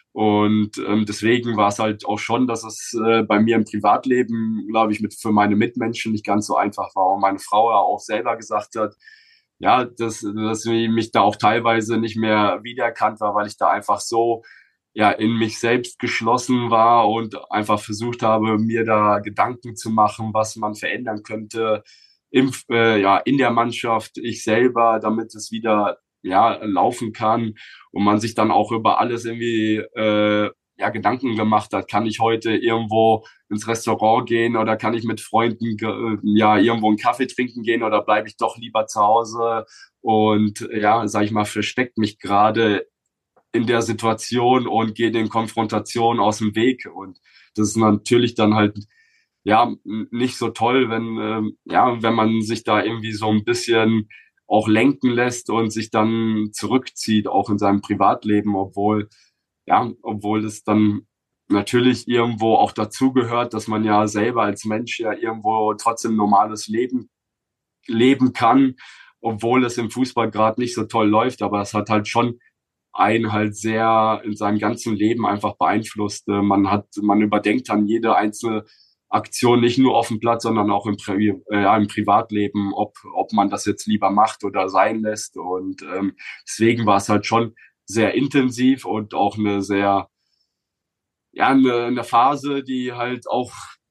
und ähm, deswegen war es halt auch schon, dass es äh, bei mir im Privatleben, glaube ich, mit für meine Mitmenschen nicht ganz so einfach war. Und meine Frau ja auch selber gesagt hat, ja, dass, dass sie mich da auch teilweise nicht mehr wiedererkannt war, weil ich da einfach so ja in mich selbst geschlossen war und einfach versucht habe, mir da Gedanken zu machen, was man verändern könnte im, äh, ja, in der Mannschaft, ich selber, damit es wieder ja laufen kann und man sich dann auch über alles irgendwie äh, ja Gedanken gemacht hat. Kann ich heute irgendwo ins Restaurant gehen oder kann ich mit Freunden äh, ja irgendwo einen Kaffee trinken gehen oder bleibe ich doch lieber zu Hause und ja, sag ich mal, versteckt mich gerade in der Situation und gehe den Konfrontationen aus dem Weg. Und das ist natürlich dann halt ja nicht so toll, wenn ähm, ja wenn man sich da irgendwie so ein bisschen auch lenken lässt und sich dann zurückzieht, auch in seinem Privatleben, obwohl, ja, obwohl es dann natürlich irgendwo auch dazugehört, dass man ja selber als Mensch ja irgendwo trotzdem normales Leben leben kann, obwohl es im Fußball gerade nicht so toll läuft, aber es hat halt schon einen halt sehr in seinem ganzen Leben einfach beeinflusst. Man hat, man überdenkt dann jede einzelne Aktion nicht nur auf dem Platz, sondern auch im, Pri äh, im Privatleben, ob, ob man das jetzt lieber macht oder sein lässt. Und ähm, deswegen war es halt schon sehr intensiv und auch eine sehr, ja, eine, eine Phase, die halt auch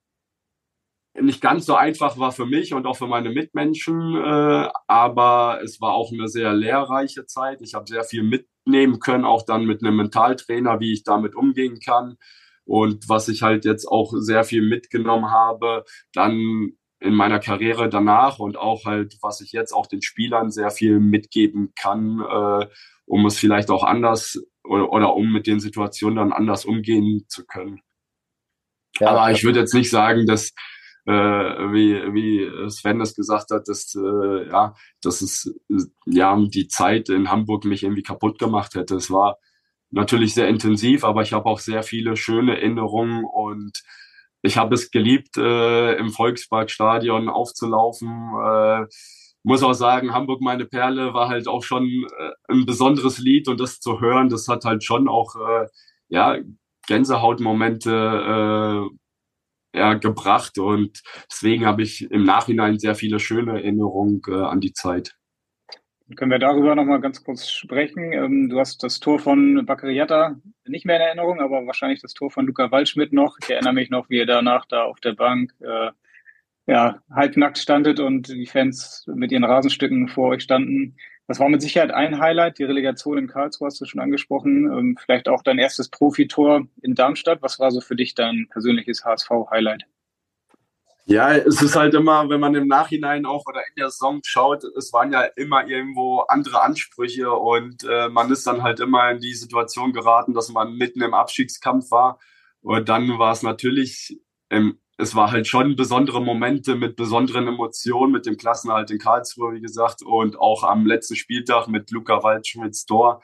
nicht ganz so einfach war für mich und auch für meine Mitmenschen, äh, aber es war auch eine sehr lehrreiche Zeit. Ich habe sehr viel mitnehmen können, auch dann mit einem Mentaltrainer, wie ich damit umgehen kann. Und was ich halt jetzt auch sehr viel mitgenommen habe, dann in meiner Karriere danach und auch halt, was ich jetzt auch den Spielern sehr viel mitgeben kann, äh, um es vielleicht auch anders oder, oder um mit den Situationen dann anders umgehen zu können. Ja, aber ich würde jetzt nicht sagen, dass äh, wie, wie Sven das gesagt hat, dass äh, ja, dass es ja die Zeit in Hamburg mich irgendwie kaputt gemacht hätte. Es war natürlich sehr intensiv, aber ich habe auch sehr viele schöne Erinnerungen und ich habe es geliebt, äh, im Volksparkstadion aufzulaufen. Äh, muss auch sagen, Hamburg meine Perle war halt auch schon äh, ein besonderes Lied und das zu hören, das hat halt schon auch äh, ja Gänsehautmomente äh, ja, gebracht und deswegen habe ich im Nachhinein sehr viele schöne Erinnerungen äh, an die Zeit. Können wir darüber noch mal ganz kurz sprechen? Ähm, du hast das Tor von Bakary Jatta nicht mehr in Erinnerung, aber wahrscheinlich das Tor von Luca Waldschmidt noch. Ich erinnere mich noch, wie ihr danach da auf der Bank äh, ja, halbnackt standet und die Fans mit ihren Rasenstücken vor euch standen. Das war mit Sicherheit ein Highlight. Die Relegation in Karlsruhe hast du schon angesprochen. Ähm, vielleicht auch dein erstes Profitor in Darmstadt. Was war so für dich dein persönliches H S V-Highlight? Ja, es ist halt immer, wenn man im Nachhinein auch oder in der Saison schaut, es waren ja immer irgendwo andere Ansprüche und äh, man ist dann halt immer in die Situation geraten, dass man mitten im Abstiegskampf war. Und dann war es natürlich, ähm, es war halt schon besondere Momente mit besonderen Emotionen, mit dem Klassenerhalt in Karlsruhe, wie gesagt, und auch am letzten Spieltag mit Luca Waldschmidts Tor.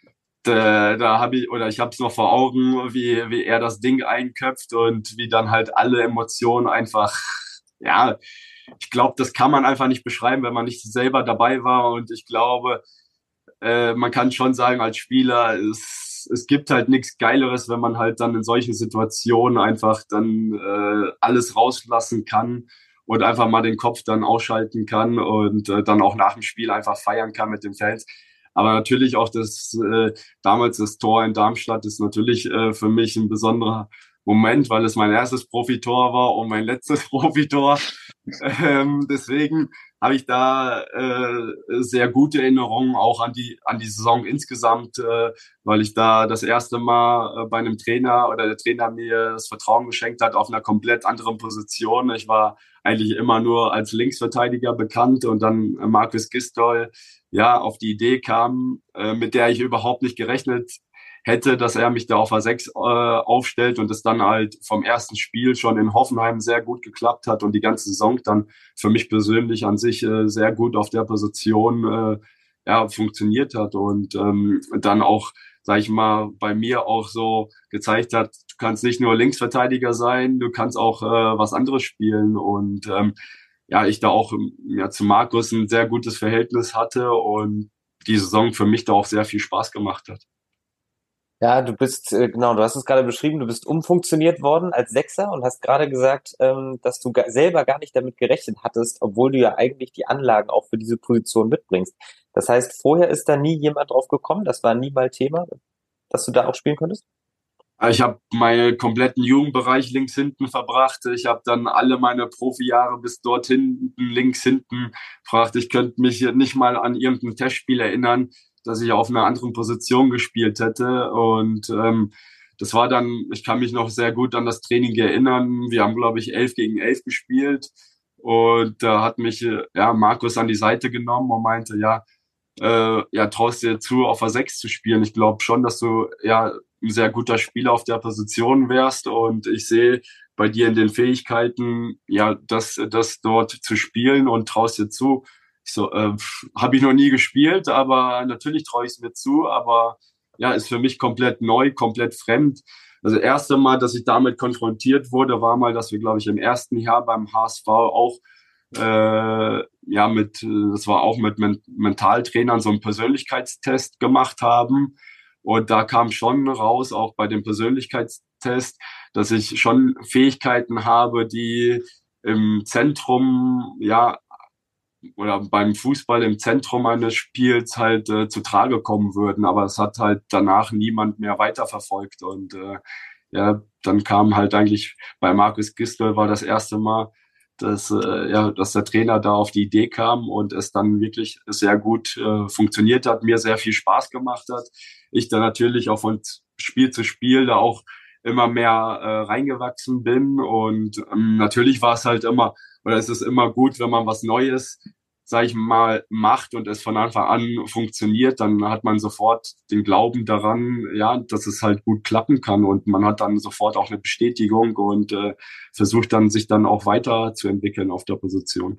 Da, da habe ich, oder ich habe es noch vor Augen, wie, wie er das Ding einköpft und wie dann halt alle Emotionen einfach, ja, ich glaube, das kann man einfach nicht beschreiben, wenn man nicht selber dabei war. Und ich glaube, äh, man kann schon sagen, als Spieler, es, es gibt halt nichts Geileres, wenn man halt dann in solchen Situationen einfach dann äh, alles rauslassen kann und einfach mal den Kopf dann ausschalten kann und äh, dann auch nach dem Spiel einfach feiern kann mit den Fans. Aber natürlich auch das äh, damals das Tor in Darmstadt ist natürlich äh, für mich ein besonderer Moment, weil es mein erstes Profitor war und mein letztes Profitor. Ähm, deswegen habe ich da äh, sehr gute Erinnerungen auch an die an die Saison insgesamt, äh, weil ich da das erste Mal äh, bei einem Trainer oder der Trainer mir das Vertrauen geschenkt hat auf einer komplett anderen Position. Ich war eigentlich immer nur als Linksverteidiger bekannt und dann äh, Markus Gisdol ja auf die Idee kam, äh, mit der ich überhaupt nicht gerechnet hätte, dass er mich da auf A sechs äh, aufstellt und es dann halt vom ersten Spiel schon in Hoffenheim sehr gut geklappt hat und die ganze Saison dann für mich persönlich an sich äh, sehr gut auf der Position äh, ja, funktioniert hat und ähm, dann auch, sag ich mal, bei mir auch so gezeigt hat, du kannst nicht nur Linksverteidiger sein, du kannst auch äh, was anderes spielen und ähm, ja, ich da auch ja, zu Markus ein sehr gutes Verhältnis hatte und die Saison für mich da auch sehr viel Spaß gemacht hat. Ja, du bist, äh, genau, du hast es gerade beschrieben, du bist umfunktioniert worden als Sechser und hast gerade gesagt, ähm, dass du ga- selber gar nicht damit gerechnet hattest, obwohl du ja eigentlich die Anlagen auch für diese Position mitbringst. Das heißt, vorher ist da nie jemand drauf gekommen, das war nie mal Thema, dass du da auch spielen könntest? Ich habe meinen kompletten Jugendbereich links hinten verbracht. Ich habe dann alle meine Profijahre bis dorthin links hinten verbracht. Ich könnte mich nicht mal an irgendein Testspiel erinnern, dass ich auf einer anderen Position gespielt hätte. Und ähm, das war dann, ich kann mich noch sehr gut an das Training erinnern. Wir haben, glaube ich, elf gegen elf gespielt. Und da hat mich ja Markus an die Seite genommen und meinte, ja, äh, ja, traust dir zu, auf A sechs zu spielen. Ich glaube schon, dass du ja ein sehr guter Spieler auf der Position wärst und ich sehe bei dir in den Fähigkeiten, ja, das, das dort zu spielen und traust dir zu. Ich so, äh, habe ich noch nie gespielt, aber natürlich traue ich es mir zu, aber ja, ist für mich komplett neu, komplett fremd. Also das erste Mal, dass ich damit konfrontiert wurde, war mal, dass wir, glaube ich, im ersten Jahr beim H S V auch äh, ja mit, das war auch mit Men- Mentaltrainern so einen Persönlichkeitstest gemacht haben. Und da kam schon raus, auch bei dem Persönlichkeitstest, dass ich schon Fähigkeiten habe, die im Zentrum, ja, oder beim Fußball im Zentrum eines Spiels halt äh, zu Trage kommen würden. Aber es hat halt danach niemand mehr weiterverfolgt. Und äh, ja, dann kam halt eigentlich bei Markus Gisdol war das erste Mal, dass, äh, ja, dass der Trainer da auf die Idee kam und es dann wirklich sehr gut äh, funktioniert hat, mir sehr viel Spaß gemacht hat. Ich dann natürlich auch von Spiel zu Spiel da auch immer mehr äh, reingewachsen bin und ähm, natürlich war es halt immer, oder es ist immer gut, wenn man was Neues, sag ich mal, macht und es von Anfang an funktioniert, dann hat man sofort den Glauben daran, ja, dass es halt gut klappen kann und man hat dann sofort auch eine Bestätigung und äh, versucht dann, sich dann auch weiterzuentwickeln auf der Position.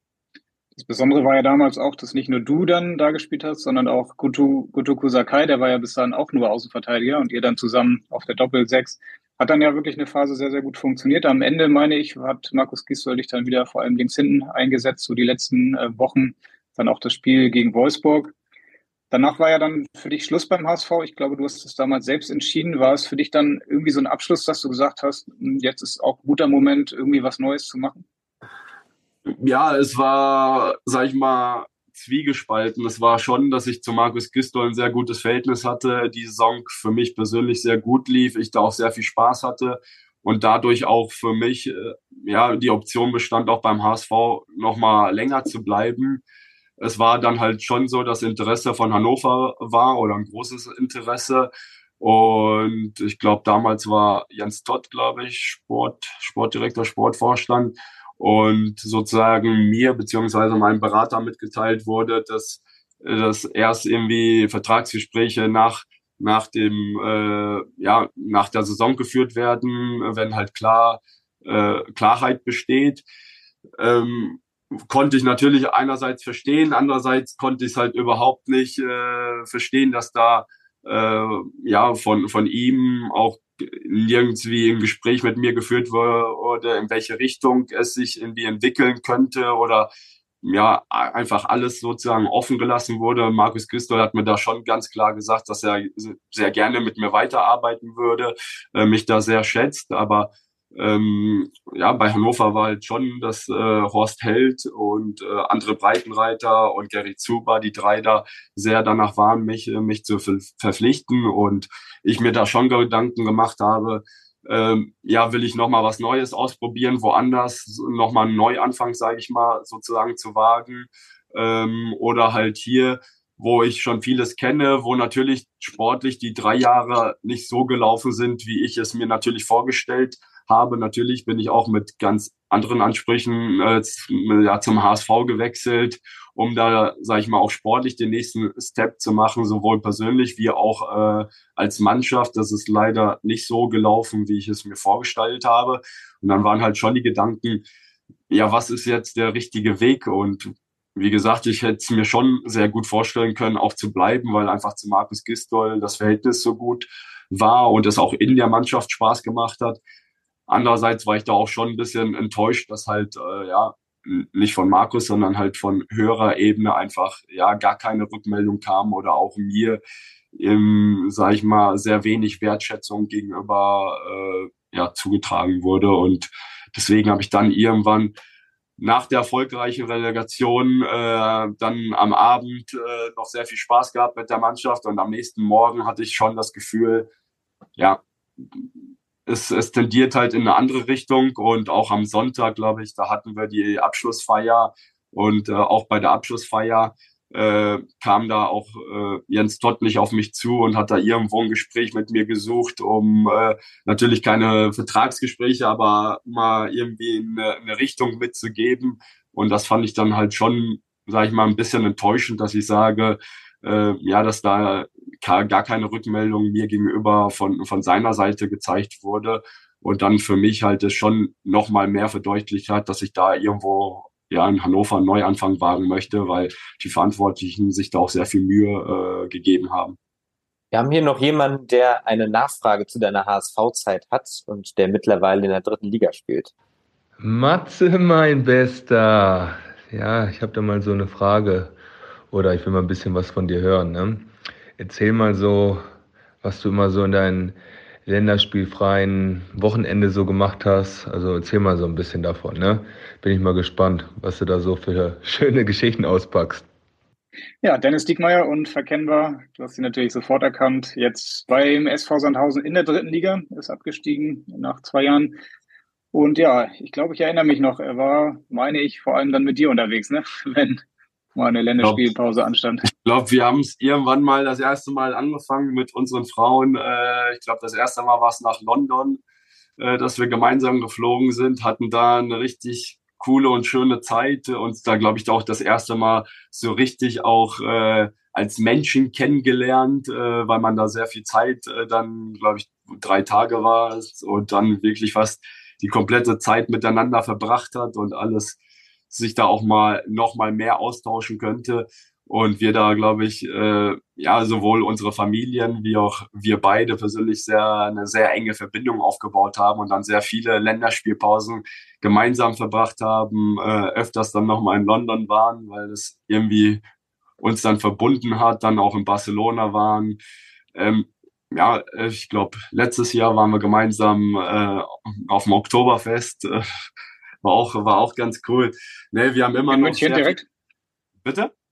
Das Besondere war ja damals auch, dass nicht nur du dann da gespielt hast, sondern auch Goto, Gotoku Sakai, der war ja bis dahin auch nur Außenverteidiger und ihr dann zusammen auf der Doppel-Sechs. Hat dann ja wirklich eine Phase sehr, sehr gut funktioniert. Am Ende, meine ich, hat Markus Gisdol dich dann wieder vor allem links hinten eingesetzt, so die letzten äh, Wochen. Dann auch das Spiel gegen Wolfsburg. Danach war ja dann für dich Schluss beim H S V. Ich glaube, du hast es damals selbst entschieden. War es für dich dann irgendwie so ein Abschluss, dass du gesagt hast, jetzt ist auch ein guter Moment, irgendwie was Neues zu machen? Ja, es war, sag ich mal, zwiegespalten. Es war schon, dass ich zu Markus Gisdol ein sehr gutes Verhältnis hatte, die Saison für mich persönlich sehr gut lief, ich da auch sehr viel Spaß hatte und dadurch auch für mich äh, ja die Option bestand, auch beim H S V nochmal länger zu bleiben. Es war dann halt schon so, dass Interesse von Hannover war oder ein großes Interesse. Und ich glaube, damals war Jens Todt, glaube ich, Sport, Sportdirektor, Sportvorstand. Und sozusagen mir beziehungsweise meinem Berater mitgeteilt wurde, dass, dass erst irgendwie Vertragsgespräche nach, nach dem, äh, ja, nach der Saison geführt werden, wenn halt klar, äh, Klarheit besteht. Ähm, konnte ich natürlich einerseits verstehen, andererseits konnte ich es halt überhaupt nicht äh, verstehen, dass da äh, ja von von ihm auch nirgendwie im Gespräch mit mir geführt wurde, in welche Richtung es sich irgendwie entwickeln könnte oder ja einfach alles sozusagen offen gelassen wurde. Markus Gisdol hat mir da schon ganz klar gesagt, dass er sehr gerne mit mir weiterarbeiten würde, äh, mich da sehr schätzt, aber Ähm, ja, bei Hannover war halt schon, dass äh, Horst Held und äh, André Breitenreiter und Gary Zuber, die drei da sehr danach waren, mich, mich zu ver verpflichten und ich mir da schon Gedanken gemacht habe, ähm, ja, will ich nochmal was Neues ausprobieren, woanders nochmal einen Neuanfang, sage ich mal, sozusagen zu wagen ähm, oder halt hier, wo ich schon vieles kenne, wo natürlich sportlich die drei Jahre nicht so gelaufen sind, wie ich es mir natürlich vorgestellt habe. Natürlich bin ich auch mit ganz anderen Ansprüchen äh, ja, zum H S V gewechselt, um da, sage ich mal, auch sportlich den nächsten Step zu machen, sowohl persönlich wie auch äh, als Mannschaft. Das ist leider nicht so gelaufen, wie ich es mir vorgestellt habe. Und dann waren halt schon die Gedanken, ja, was ist jetzt der richtige Weg? Und wie gesagt, ich hätte es mir schon sehr gut vorstellen können, auch zu bleiben, weil einfach zu Markus Gisdol das Verhältnis so gut war und es auch in der Mannschaft Spaß gemacht hat. Andererseits war ich da auch schon ein bisschen enttäuscht, dass halt, äh, ja, nicht von Markus, sondern halt von höherer Ebene einfach, ja, gar keine Rückmeldung kam oder auch mir, im, sag ich mal, sehr wenig Wertschätzung gegenüber, äh, ja, zugetragen wurde. Und deswegen habe ich dann irgendwann nach der erfolgreichen Relegation äh, dann am Abend äh, noch sehr viel Spaß gehabt mit der Mannschaft und am nächsten Morgen hatte ich schon das Gefühl, ja, es, es tendiert halt in eine andere Richtung und auch am Sonntag, glaube ich, da hatten wir die Abschlussfeier und äh, auch bei der Abschlussfeier äh, kam da auch äh, Jens Todt nicht auf mich zu und hat da irgendwo ein Gespräch mit mir gesucht, um äh, natürlich keine Vertragsgespräche, aber mal irgendwie eine, eine Richtung mitzugeben. Und das fand ich dann halt schon, sage ich mal, ein bisschen enttäuschend, dass ich sage, äh, ja, dass da gar keine Rückmeldung mir gegenüber von, von seiner Seite gezeigt wurde. Und dann für mich halt es schon noch mal mehr verdeutlicht hat, dass ich da irgendwo ja in Hannover einen Neuanfang wagen möchte, weil die Verantwortlichen sich da auch sehr viel Mühe äh, gegeben haben. Wir haben hier noch jemanden, der eine Nachfrage zu deiner H S V-Zeit hat und der mittlerweile in der dritten Liga spielt. Matze, mein Bester. Ja, ich habe da mal so eine Frage oder ich will mal ein bisschen was von dir hören. Ne? Erzähl mal so, was du immer so in deinen länderspielfreien Wochenende so gemacht hast. Also erzähl mal so ein bisschen davon. Ne? Bin ich mal gespannt, was du da so für schöne Geschichten auspackst. Ja, Dennis Diekmeyer, unverkennbar. Du hast ihn natürlich sofort erkannt. Jetzt beim S V Sandhausen in der dritten Liga, ist abgestiegen nach zwei Jahren. Und ja, ich glaube, ich erinnere mich noch, er war, meine ich, vor allem dann mit dir unterwegs, ne? Wenn mal eine Länderspielpause anstand. Ich glaube, wir haben es irgendwann mal das erste Mal angefangen mit unseren Frauen. Äh, ich glaube, das erste Mal war es nach London, äh, dass wir gemeinsam geflogen sind, hatten da eine richtig coole und schöne Zeit. Uns da, glaube ich, auch das erste Mal so richtig auch äh, als Menschen kennengelernt, äh, weil man da sehr viel Zeit äh, dann, glaube ich, drei Tage war es und dann wirklich fast die komplette Zeit miteinander verbracht hat und alles sich da auch mal noch mal mehr austauschen könnte und wir da, glaube ich, äh, ja, sowohl unsere Familien wie auch wir beide persönlich sehr eine sehr enge Verbindung aufgebaut haben und dann sehr viele Länderspielpausen gemeinsam verbracht haben, äh, öfters dann noch mal in London waren, weil es irgendwie uns dann verbunden hat, dann auch in Barcelona waren. Ähm, ja, ich glaube, letztes Jahr waren wir gemeinsam äh, auf dem Oktoberfest. Äh, war auch war auch ganz cool. Ne, wir haben immer in noch München direkt? Bitte?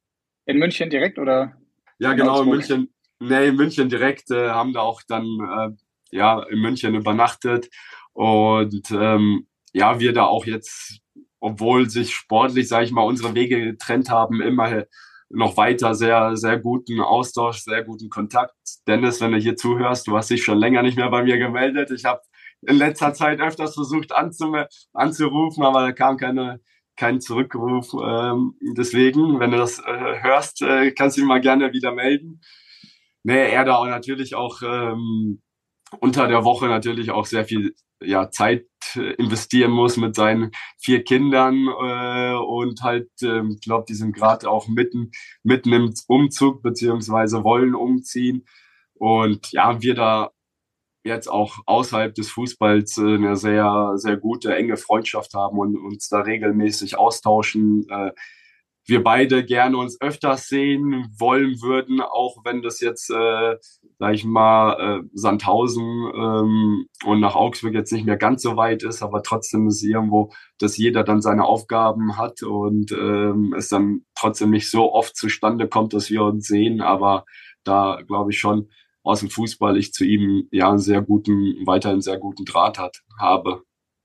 In München direkt oder? Ja, in genau, in Augsburg? München. Nee, in München direkt, äh, haben da auch dann äh, ja in München übernachtet. Und ähm, ja, wir da auch jetzt, obwohl sich sportlich, sage ich mal, unsere Wege getrennt haben, immer noch weiter sehr, sehr guten Austausch, sehr guten Kontakt. Dennis, wenn du hier zuhörst, du hast dich schon länger nicht mehr bei mir gemeldet. Ich habe in letzter Zeit öfters versucht anzum- anzurufen, aber da kam keine, kein Zurückruf. Ähm, deswegen, wenn du das äh, hörst, äh, kannst du dich mal gerne wieder melden. Nee, er da auch natürlich auch ähm, unter der Woche natürlich auch sehr viel ja, Zeit äh, investieren muss mit seinen vier Kindern äh, und halt, ähm, ich glaube, die sind gerade auch mitten, mitten im Umzug beziehungsweise wollen umziehen. Und ja, wir da jetzt auch außerhalb des Fußballs äh, eine sehr, sehr gute, enge Freundschaft haben und uns da regelmäßig austauschen. Äh, wir beide gerne uns öfters sehen wollen würden, auch wenn das jetzt, äh, sag ich mal, äh, Sandhausen ähm, und nach Augsburg jetzt nicht mehr ganz so weit ist, aber trotzdem ist irgendwo, dass jeder dann seine Aufgaben hat und ähm, es dann trotzdem nicht so oft zustande kommt, dass wir uns sehen, aber da glaube ich schon aus dem Fußball ich zu ihm ja einen sehr guten, weiterhin sehr guten Draht hat, habe.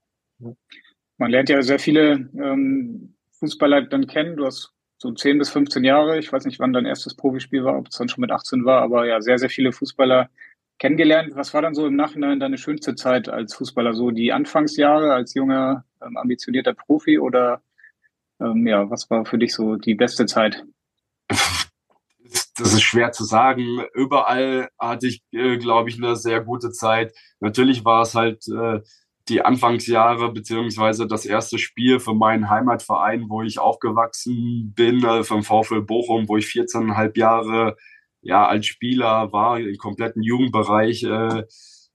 Man lernt ja sehr viele ähm, Fußballer dann kennen. Du hast so zehn bis fünfzehn Jahre, ich weiß nicht, wann dein erstes Profispiel war, ob es dann schon mit achtzehn war, aber ja, sehr, sehr viele Fußballer kennengelernt. Was war dann so im Nachhinein deine schönste Zeit als Fußballer? So die Anfangsjahre als junger, ähm, ambitionierter Profi oder ähm, ja, was war für dich so die beste Zeit? Das ist schwer zu sagen. Überall hatte ich, äh, glaube ich, eine sehr gute Zeit. Natürlich war es halt äh, die Anfangsjahre beziehungsweise das erste Spiel für meinen Heimatverein, wo ich aufgewachsen bin, äh, vom VfL Bochum, wo ich vierzehn Komma fünf Jahre ja als Spieler war, im kompletten Jugendbereich äh,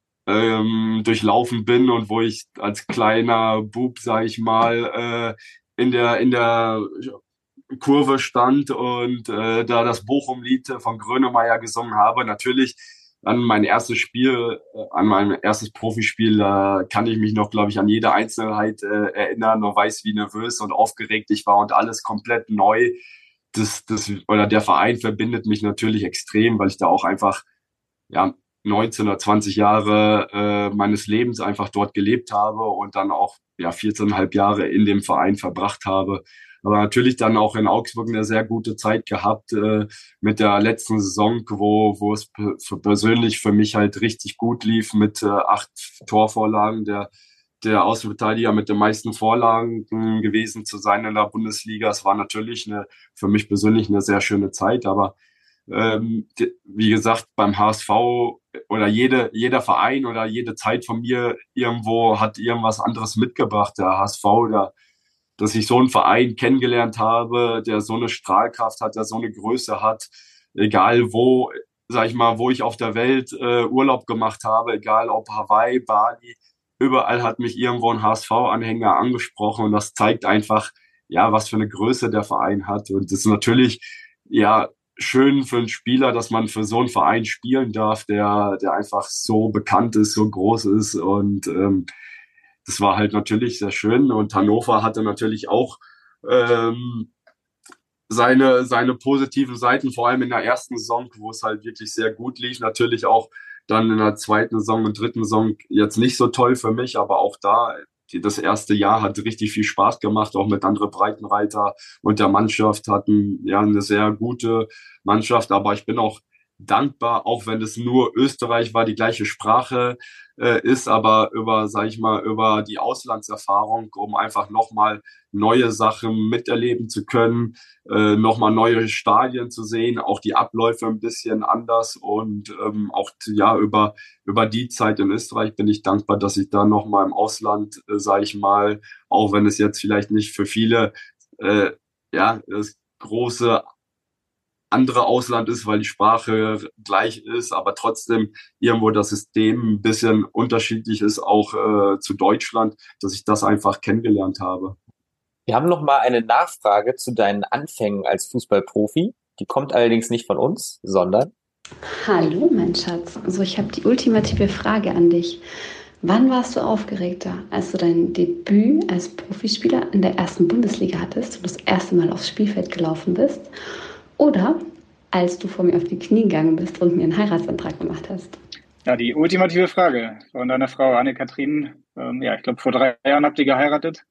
ähm, durchlaufen bin und wo ich als kleiner Bub, sage ich mal, äh, in der in der Kurve stand und äh, da das Bochum-Lied von Grönemeyer gesungen habe. Natürlich an mein erstes Spiel, äh, an mein erstes Profispiel, äh, kann ich mich noch, glaube ich, an jede Einzelheit äh, erinnern und weiß, wie nervös und aufgeregt ich war und alles komplett neu. Das, das, oder der Verein verbindet mich natürlich extrem, weil ich da auch einfach ja, neunzehn oder zwanzig Jahre äh, meines Lebens einfach dort gelebt habe und dann auch ja, vierzehn Komma fünf Jahre in dem Verein verbracht habe. Aber natürlich dann auch in Augsburg eine sehr gute Zeit gehabt äh, mit der letzten Saison, wo, wo es für persönlich für mich halt richtig gut lief mit äh, acht Torvorlagen, der, der Außenverteidiger mit den meisten Vorlagen mh, gewesen zu sein in der Bundesliga. Es war natürlich eine, für mich persönlich eine sehr schöne Zeit, aber ähm, wie gesagt, beim H S V oder jede, jeder Verein oder jede Zeit von mir irgendwo hat irgendwas anderes mitgebracht. Der H S V, der, dass ich so einen Verein kennengelernt habe, der so eine Strahlkraft hat, der so eine Größe hat, egal wo, sag ich mal, wo ich auf der Welt äh, Urlaub gemacht habe, egal ob Hawaii, Bali, überall hat mich irgendwo ein H S V-Anhänger angesprochen und das zeigt einfach, ja, was für eine Größe der Verein hat. Und das ist natürlich, ja, schön für einen Spieler, dass man für so einen Verein spielen darf, der, der einfach so bekannt ist, so groß ist. Und ähm, das war halt natürlich sehr schön. Und Hannover hatte natürlich auch ähm, seine, seine positiven Seiten, vor allem in der ersten Saison, wo es halt wirklich sehr gut lief. Natürlich auch dann in der zweiten Saison und dritten Saison jetzt nicht so toll für mich, aber auch da das erste Jahr hat richtig viel Spaß gemacht, auch mit André Breitenreiter und der Mannschaft hatten ja eine sehr gute Mannschaft, aber ich bin auch dankbar, auch wenn es nur Österreich war, die gleiche Sprache äh, ist, aber über, sag ich mal, über die Auslandserfahrung, um einfach nochmal neue Sachen miterleben zu können, äh, nochmal neue Stadien zu sehen, auch die Abläufe ein bisschen anders und ähm, auch ja über über die Zeit in Österreich bin ich dankbar, dass ich da nochmal im Ausland, äh, sage ich mal, auch wenn es jetzt vielleicht nicht für viele äh, ja das große andere Ausland ist, weil die Sprache gleich ist, aber trotzdem irgendwo das System ein bisschen unterschiedlich ist, auch äh, zu Deutschland, dass ich das einfach kennengelernt habe. Wir haben noch mal eine Nachfrage zu deinen Anfängen als Fußballprofi. Die kommt allerdings nicht von uns, sondern... Hallo, mein Schatz. Also ich habe die ultimative Frage an dich. Wann warst du aufgeregter, als du dein Debüt als Profispieler in der ersten Bundesliga hattest und das erste Mal aufs Spielfeld gelaufen bist? Oder als du vor mir auf die Knie gegangen bist und mir einen Heiratsantrag gemacht hast? Ja, die ultimative Frage von deiner Frau Anne-Kathrin. Ähm, ja, ich glaube, vor drei Jahren habt ihr geheiratet.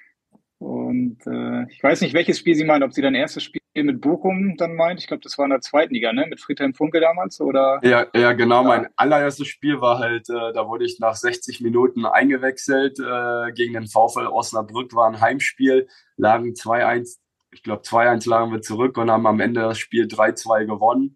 Und äh, ich weiß nicht, welches Spiel sie meint, ob sie dein erstes Spiel mit Bochum dann meint. Ich glaube, das war in der zweiten Liga, ne? Mit Friedhelm Funkel damals, oder? Ja, ja, genau. Ja. Mein allererstes Spiel war halt, äh, da wurde ich nach sechzig Minuten eingewechselt äh, gegen den VfL Osnabrück, war ein Heimspiel, lagen zwei eins, ich glaube zwei eins lagen wir zurück und haben am Ende das Spiel drei zwei gewonnen.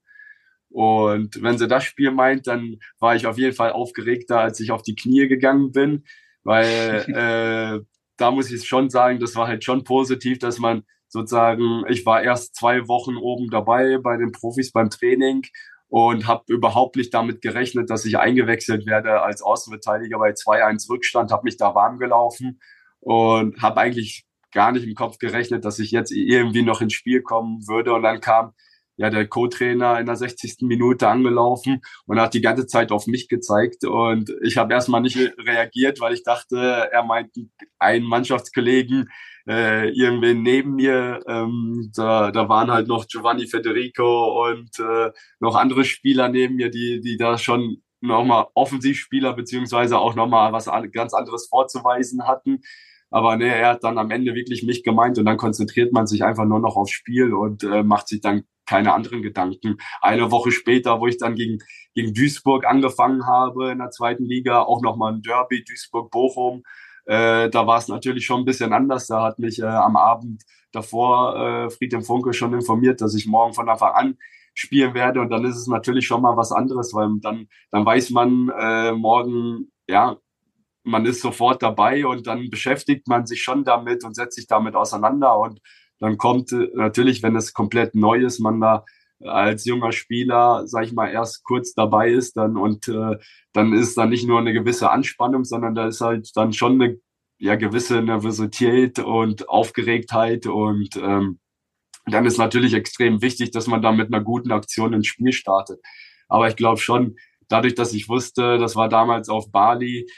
Und wenn sie das Spiel meint, dann war ich auf jeden Fall aufgeregter, als ich auf die Knie gegangen bin, weil äh, da muss ich schon sagen, das war halt schon positiv, dass man sozusagen, ich war erst zwei Wochen oben dabei bei den Profis beim Training und habe überhaupt nicht damit gerechnet, dass ich eingewechselt werde als Außenverteidiger bei zwei eins Rückstand, habe mich da warm gelaufen und habe eigentlich gar nicht im Kopf gerechnet, dass ich jetzt irgendwie noch ins Spiel kommen würde. Und dann kam ja der Co-Trainer in der sechzigsten Minute angelaufen und hat die ganze Zeit auf mich gezeigt. Und ich habe erstmal nicht reagiert, weil ich dachte, er meint einen Mannschaftskollegen, äh, irgendwen neben mir. Ähm, da, da waren halt noch Giovanni Federico und äh, noch andere Spieler neben mir, die, die da schon nochmal Offensivspieler beziehungsweise auch nochmal was ganz anderes vorzuweisen hatten. Aber ne, er hat dann am Ende wirklich mich gemeint und dann konzentriert man sich einfach nur noch aufs Spiel und äh, macht sich dann keine anderen Gedanken. Eine Woche später, wo ich dann gegen, gegen Duisburg angefangen habe in der zweiten Liga, auch nochmal ein Derby, Duisburg-Bochum, äh, da war es natürlich schon ein bisschen anders. Da hat mich äh, am Abend davor äh, Friedhelm Funkel schon informiert, dass ich morgen von Anfang an spielen werde und dann ist es natürlich schon mal was anderes, weil dann, dann weiß man äh, morgen, ja, man ist sofort dabei und dann beschäftigt man sich schon damit und setzt sich damit auseinander und dann kommt äh, natürlich, wenn es komplett neu ist, man da als junger Spieler, sag ich mal, erst kurz dabei ist dann und äh, dann ist da nicht nur eine gewisse Anspannung, sondern da ist halt dann schon eine ja, gewisse Nervosität und Aufgeregtheit und ähm, dann ist natürlich extrem wichtig, dass man da mit einer guten Aktion ins Spiel startet. Aber ich glaube schon, dadurch, dass ich wusste, das war damals auf Bali,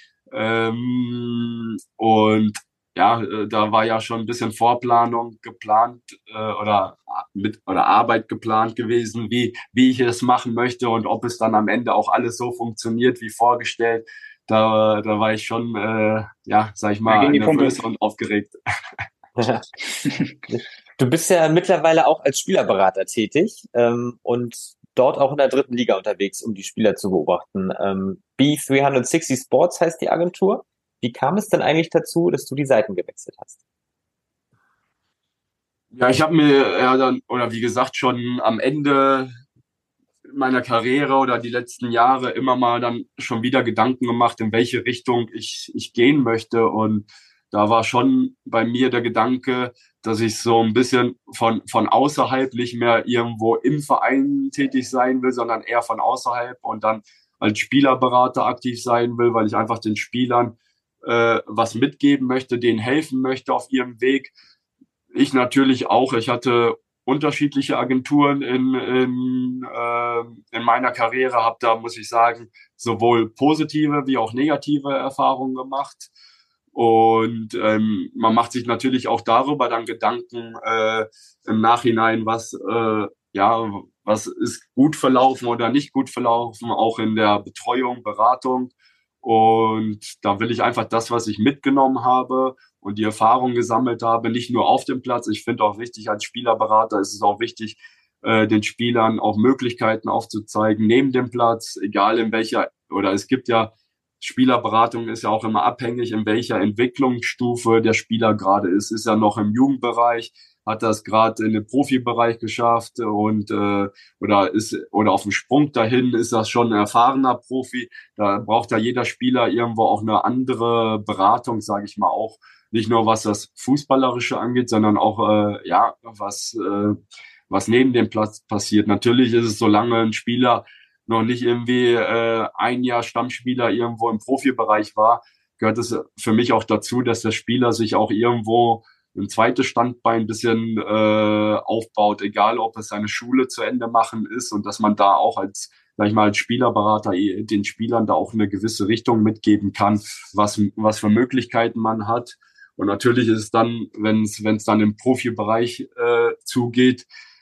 Ähm, und ja, da war ja schon ein bisschen Vorplanung geplant äh, oder mit oder Arbeit geplant gewesen, wie wie ich es machen möchte und ob es dann am Ende auch alles so funktioniert wie vorgestellt. Da da war ich schon äh, ja, sag ich mal, nervös und aufgeregt. Du bist ja mittlerweile auch als Spielerberater tätig ähm, und dort auch in der dritten Liga unterwegs, um die Spieler zu beobachten. Ähm, B dreihundertsechzig Sports heißt die Agentur. Wie kam es denn eigentlich dazu, dass du die Seiten gewechselt hast? Ja, ich habe mir ja dann, oder wie gesagt, schon am Ende meiner Karriere oder die letzten Jahre immer mal dann schon wieder Gedanken gemacht, in welche Richtung ich, ich gehen möchte. Und da war schon bei mir der Gedanke, dass ich so ein bisschen von, von außerhalb nicht mehr irgendwo im Verein tätig sein will, sondern eher von außerhalb und dann als Spielerberater aktiv sein will, weil ich einfach den Spielern äh, was mitgeben möchte, denen helfen möchte auf ihrem Weg. Ich natürlich auch. Ich hatte unterschiedliche Agenturen in, in, äh, in meiner Karriere, habe da, muss ich sagen, sowohl positive wie auch negative Erfahrungen gemacht. Und ähm, man macht sich natürlich auch darüber dann Gedanken äh, im Nachhinein, was äh, ja, was ist gut verlaufen oder nicht gut verlaufen, auch in der Betreuung, Beratung. Und da will ich einfach das, was ich mitgenommen habe und die Erfahrung gesammelt habe, nicht nur auf dem Platz. Ich finde auch wichtig, als Spielerberater ist es auch wichtig, äh, den Spielern auch Möglichkeiten aufzuzeigen neben dem Platz, egal in welcher, oder es gibt ja Spielerberatung ist ja auch immer abhängig, in welcher Entwicklungsstufe der Spieler gerade ist. Ist er noch im Jugendbereich, hat das gerade in den Profibereich geschafft und äh, oder ist oder auf dem Sprung dahin ist das schon ein erfahrener Profi. Da braucht ja jeder Spieler irgendwo auch eine andere Beratung, sage ich mal, auch nicht nur was das Fußballerische angeht, sondern auch äh, ja was äh, was neben dem Platz passiert. Natürlich ist es, solange ein Spieler noch nicht irgendwie äh, ein Jahr Stammspieler irgendwo im Profibereich war, gehört es für mich auch dazu, dass der Spieler sich auch irgendwo ein zweites Standbein ein bisschen äh, aufbaut, egal ob es seine Schule zu Ende machen ist und dass man da auch als, sag ich mal, als Spielerberater den Spielern da auch eine gewisse Richtung mitgeben kann, was, was für Möglichkeiten man hat. Und natürlich ist es dann, wenn es wenn es dann im Profibereich äh, zugeht,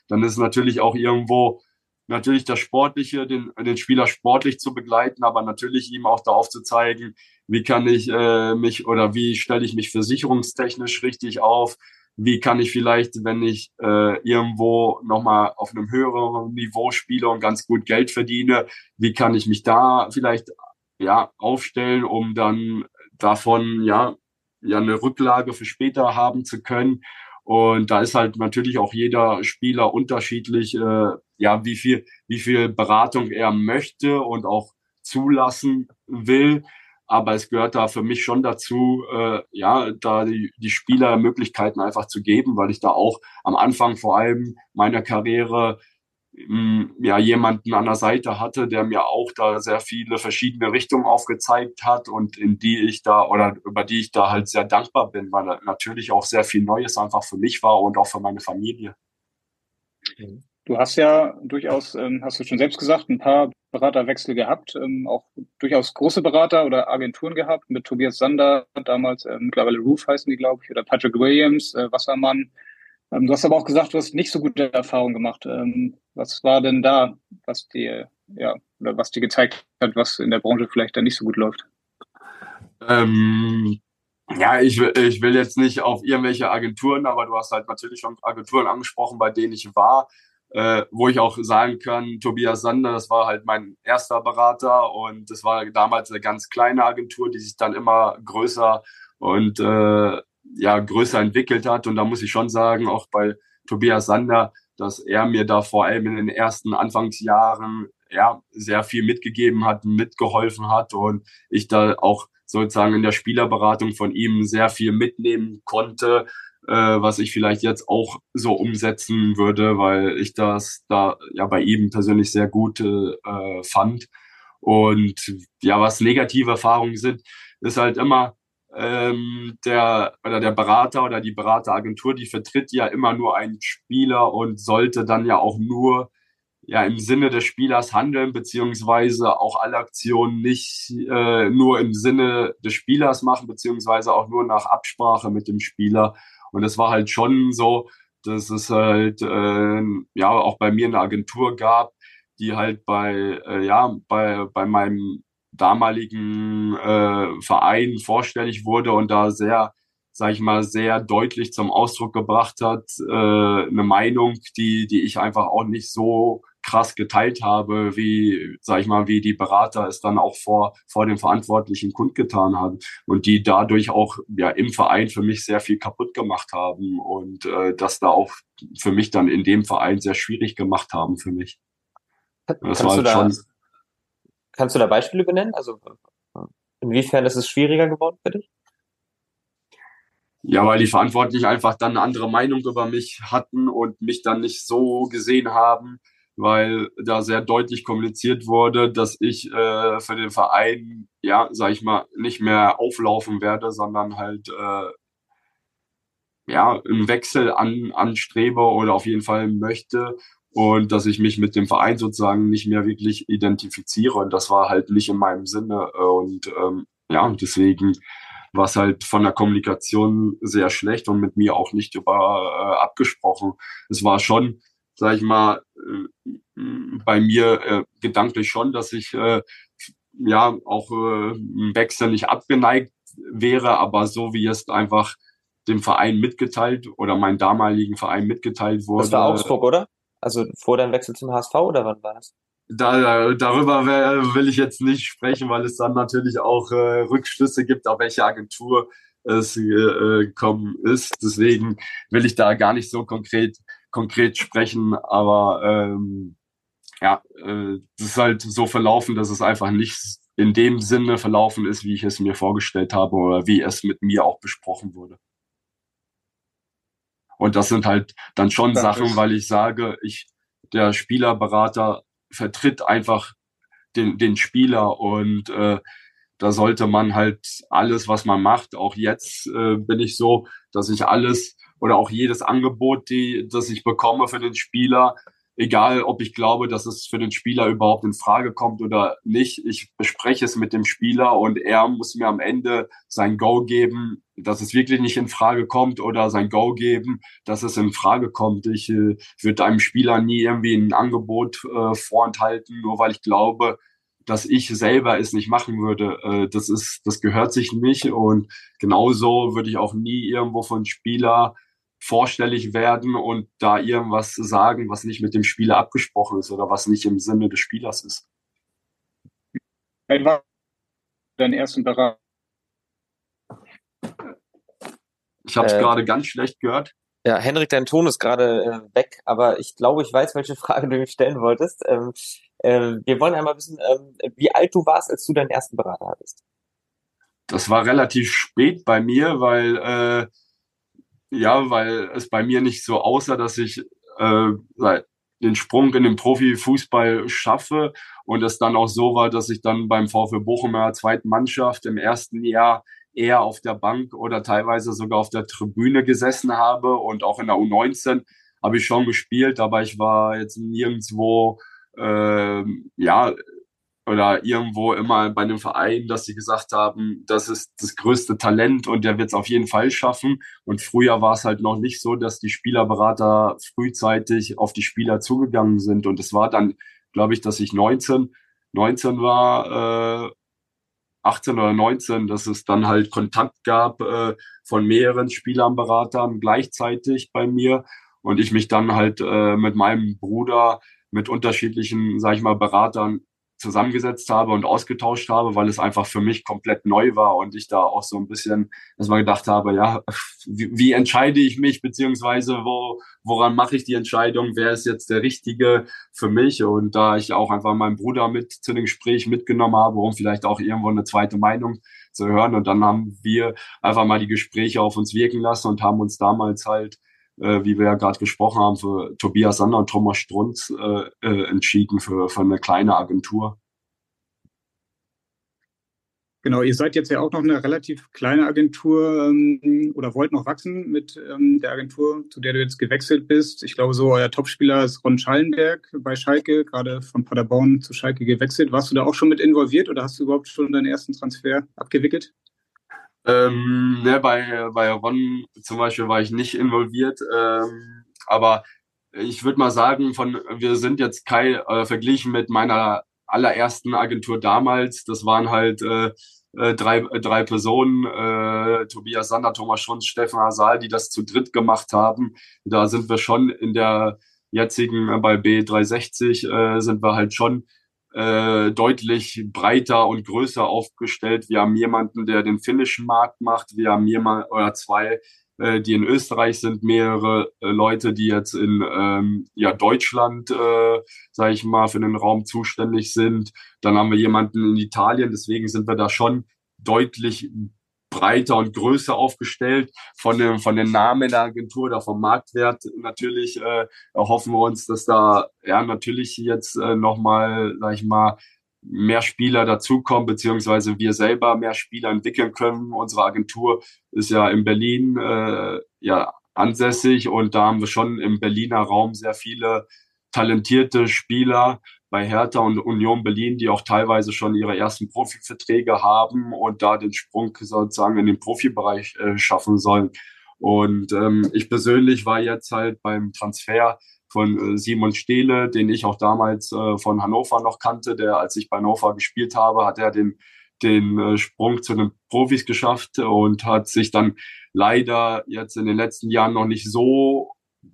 dann ist natürlich auch irgendwo natürlich das Sportliche, den, den Spieler sportlich zu begleiten, aber natürlich ihm auch da aufzuzeigen, wie kann ich äh, mich oder wie stelle ich mich versicherungstechnisch richtig auf, wie kann ich vielleicht, wenn ich äh, irgendwo nochmal auf einem höheren Niveau spiele und ganz gut Geld verdiene, wie kann ich mich da vielleicht ja aufstellen, um dann davon ja ja eine Rücklage für später haben zu können. Und da ist halt natürlich auch jeder Spieler unterschiedlich, äh, ja, wie viel, wie viel Beratung er möchte und auch zulassen will. Aber es gehört da für mich schon dazu, äh, ja, da die, die Spieler Möglichkeiten einfach zu geben, weil ich da auch am Anfang vor allem meiner Karriere ja jemanden an der Seite hatte, der mir auch da sehr viele verschiedene Richtungen aufgezeigt hat und in die ich da oder über die ich da halt sehr dankbar bin, weil natürlich auch sehr viel Neues einfach für mich war und auch für meine Familie. Du hast ja durchaus, ähm, hast du schon selbst gesagt, ein paar Beraterwechsel gehabt, ähm, auch durchaus große Berater oder Agenturen gehabt, mit Tobias Sander, damals äh, mittlerweile Roof heißen die, glaube ich, oder Patrick Williams, äh, Wassermann. Ähm, du hast aber auch gesagt, du hast nicht so gute Erfahrungen gemacht. Ähm, was war denn da, was dir, ja, oder was dir gezeigt hat, was in der Branche vielleicht da nicht so gut läuft? Ähm, ja, ich, ich will jetzt nicht auf irgendwelche Agenturen, aber du hast halt natürlich schon Agenturen angesprochen, bei denen ich war, äh, wo ich auch sagen kann, Tobias Sander, das war halt mein erster Berater und das war damals eine ganz kleine Agentur, die sich dann immer größer und äh, ja größer entwickelt hat. Und da muss ich schon sagen, auch bei Tobias Sander, dass er mir da vor allem in den ersten Anfangsjahren ja sehr viel mitgegeben hat, mitgeholfen hat und ich da auch sozusagen in der Spielerberatung von ihm sehr viel mitnehmen konnte, äh, was ich vielleicht jetzt auch so umsetzen würde, weil ich das da ja bei ihm persönlich sehr gut äh, fand. Und ja, was negative Erfahrungen sind, ist halt immer ähm, der oder der Berater oder die Berateragentur, die vertritt ja immer nur einen Spieler und sollte dann ja auch nur ja im Sinne des Spielers handeln, beziehungsweise auch alle Aktionen nicht äh, nur im Sinne des Spielers machen, beziehungsweise auch nur nach Absprache mit dem Spieler. Und es war halt schon so, dass es halt äh, ja auch bei mir eine Agentur gab, die halt bei äh, ja bei bei meinem damaligen äh, Verein vorstellig wurde und da sehr, sag ich mal, sehr deutlich zum Ausdruck gebracht hat, äh, eine Meinung, die die ich einfach auch nicht so krass geteilt habe, wie, sag ich mal, wie die Berater es dann auch vor vor den Verantwortlichen kundgetan haben und die dadurch auch ja im Verein für mich sehr viel kaputt gemacht haben und äh, das da auch für mich dann in dem Verein sehr schwierig gemacht haben für mich. Das Kannst war du halt da, schon kannst du da Beispiele benennen? Also inwiefern ist es schwieriger geworden für dich? Ja, weil die Verantwortlichen einfach dann eine andere Meinung über mich hatten und mich dann nicht so gesehen haben, weil da sehr deutlich kommuniziert wurde, dass ich äh, für den Verein, ja, sag ich mal, nicht mehr auflaufen werde, sondern halt äh, ja einen Wechsel an, anstrebe oder auf jeden Fall möchte und dass ich mich mit dem Verein sozusagen nicht mehr wirklich identifiziere. Und das war halt nicht in meinem Sinne. Und ähm, ja, deswegen war es halt von der Kommunikation sehr schlecht und mit mir auch nicht über äh, abgesprochen. Es war schon, sag ich mal, äh, bei mir äh, gedanklich schon, dass ich äh, ja auch äh, im Wechsel nicht abgeneigt wäre, aber so wie es einfach dem Verein mitgeteilt oder meinem damaligen Verein mitgeteilt wurde. Das war Augsburg, oder? Also vor deinem Wechsel zum H S V oder wann war das? Da, darüber will ich jetzt nicht sprechen, weil es dann natürlich auch äh, Rückschlüsse gibt, auf welche Agentur es äh, gekommen ist. Deswegen will ich da gar nicht so konkret konkret sprechen, aber ähm, ja, äh, das ist halt so verlaufen, dass es einfach nicht in dem Sinne verlaufen ist, wie ich es mir vorgestellt habe oder wie es mit mir auch besprochen wurde. Und das sind halt dann schon das Sachen, weil ich sage, ich der Spielerberater vertritt einfach den, den Spieler und äh, da sollte man halt alles, was man macht, auch jetzt äh, bin ich so, dass ich alles oder auch jedes Angebot, die, das ich bekomme für den Spieler, egal ob ich glaube, dass es für den Spieler überhaupt in Frage kommt oder nicht. Ich bespreche es mit dem Spieler und er muss mir am Ende sein Go geben, dass es wirklich nicht in Frage kommt oder sein Go geben, dass es in Frage kommt. Ich äh, würde einem Spieler nie irgendwie ein Angebot äh, vorenthalten, nur weil ich glaube, dass ich selber es nicht machen würde. Äh, das ist, das gehört sich nicht und genauso würde ich auch nie irgendwo von Spieler vorstellig werden und da irgendwas sagen, was nicht mit dem Spieler abgesprochen ist oder was nicht im Sinne des Spielers ist. Wer war dein ersten Berater? Ich habe es Äh, gerade ganz schlecht gehört. Ja, Henrik, dein Ton ist gerade äh, weg, aber ich glaube, ich weiß, welche Frage du mir stellen wolltest. Ähm, äh, wir wollen einmal wissen, ähm, wie alt du warst, als du deinen ersten Berater hattest. Das war relativ spät bei mir, weil äh, ja, weil es bei mir nicht so aussah, dass ich äh, den Sprung in den Profifußball schaffe und es dann auch so war, dass ich dann beim VfL Bochum in der zweiten Mannschaft im ersten Jahr eher auf der Bank oder teilweise sogar auf der Tribüne gesessen habe und auch in der U neunzehn habe ich schon gespielt, aber ich war jetzt nirgendwo äh, ja oder irgendwo immer bei einem Verein, dass sie gesagt haben, das ist das größte Talent und der wird es auf jeden Fall schaffen. Und früher war es halt noch nicht so, dass die Spielerberater frühzeitig auf die Spieler zugegangen sind. Und es war dann, glaube ich, dass ich neunzehn, neunzehn war, äh, achtzehn oder neunzehn, dass es dann halt Kontakt gab äh, von mehreren Spielerberater gleichzeitig bei mir und ich mich dann halt äh, mit meinem Bruder mit unterschiedlichen, sag ich mal, Beratern zusammengesetzt habe und ausgetauscht habe, weil es einfach für mich komplett neu war und ich da auch so ein bisschen, dass man gedacht habe, ja, wie, wie entscheide ich mich, beziehungsweise wo, woran mache ich die Entscheidung, wer ist jetzt der Richtige für mich? Und da ich auch einfach meinen Bruder mit zu dem Gespräch mitgenommen habe, um vielleicht auch irgendwo eine zweite Meinung zu hören. Und dann haben wir einfach mal die Gespräche auf uns wirken lassen und haben uns damals halt äh, wie wir ja gerade gesprochen haben, für Tobias Sander und Thomas Strunz äh, äh, entschieden für, für eine kleine Agentur. Genau, ihr seid jetzt ja auch noch eine relativ kleine Agentur ähm, oder wollt noch wachsen mit ähm, der Agentur, zu der du jetzt gewechselt bist. Ich glaube, so euer Topspieler ist Ron Schallenberg bei Schalke, gerade von Paderborn zu Schalke gewechselt. Warst du da auch schon mit involviert oder hast du überhaupt schon deinen ersten Transfer abgewickelt? Ähm, ne, bei, bei Ron zum Beispiel war ich nicht involviert, ähm, aber ich würde mal sagen, von wir sind jetzt kein äh, verglichen mit meiner allerersten Agentur damals. Das waren halt äh, äh, drei, äh, drei Personen, äh, Tobias Sander, Thomas Strunz, Steffen Hasal, die das zu dritt gemacht haben. Da sind wir schon in der jetzigen, äh, bei B dreihundertsechzig, äh, sind wir halt schon äh, deutlich breiter und größer aufgestellt. Wir haben jemanden, der den finnischen Markt macht. Wir haben jemand oder zwei, äh, die in Österreich sind, mehrere äh, Leute, die jetzt in ähm, ja Deutschland, äh, sage ich mal, für den Raum zuständig sind. Dann haben wir jemanden in Italien. Deswegen sind wir da schon deutlich breiter und größer aufgestellt. Von dem, von den Namen der Agentur oder vom Marktwert natürlich äh, erhoffen wir uns, dass da ja natürlich jetzt äh, nochmal, sag ich mal, mehr Spieler dazukommen, beziehungsweise wir selber mehr Spieler entwickeln können. Unsere Agentur ist ja in Berlin äh, ja ansässig und da haben wir schon im Berliner Raum sehr viele talentierte Spieler bei Hertha und Union Berlin, die auch teilweise schon ihre ersten Profiverträge haben und da den Sprung sozusagen in den Profibereich äh, schaffen sollen. Und ähm, ich persönlich war jetzt halt beim Transfer von äh, Simon Stehle, den ich auch damals äh, von Hannover noch kannte, der, als ich bei Hannover gespielt habe, hat er den den äh, Sprung zu den Profis geschafft und hat sich dann leider jetzt in den letzten Jahren noch nicht so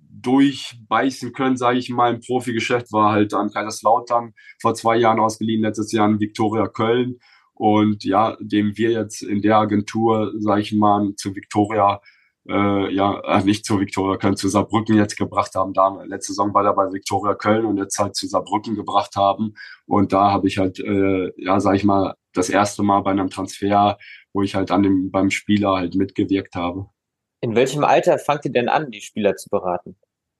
durchbeißen können, sage ich mal, im Profigeschäft. War halt an Kaiserslautern vor zwei Jahren ausgeliehen, letztes Jahr in Viktoria Köln. Und ja, dem wir jetzt in der Agentur, sage ich mal, zu Viktoria, äh, ja, äh, nicht zu Viktoria Köln, zu Saarbrücken jetzt gebracht haben. Da, letzte Saison war er bei Viktoria Köln und jetzt halt zu Saarbrücken gebracht haben. Und da habe ich halt, äh, ja, sage ich mal, das erste Mal bei einem Transfer, wo ich halt an dem, beim Spieler halt mitgewirkt habe. In welchem Alter fangt ihr denn an, die Spieler zu beraten?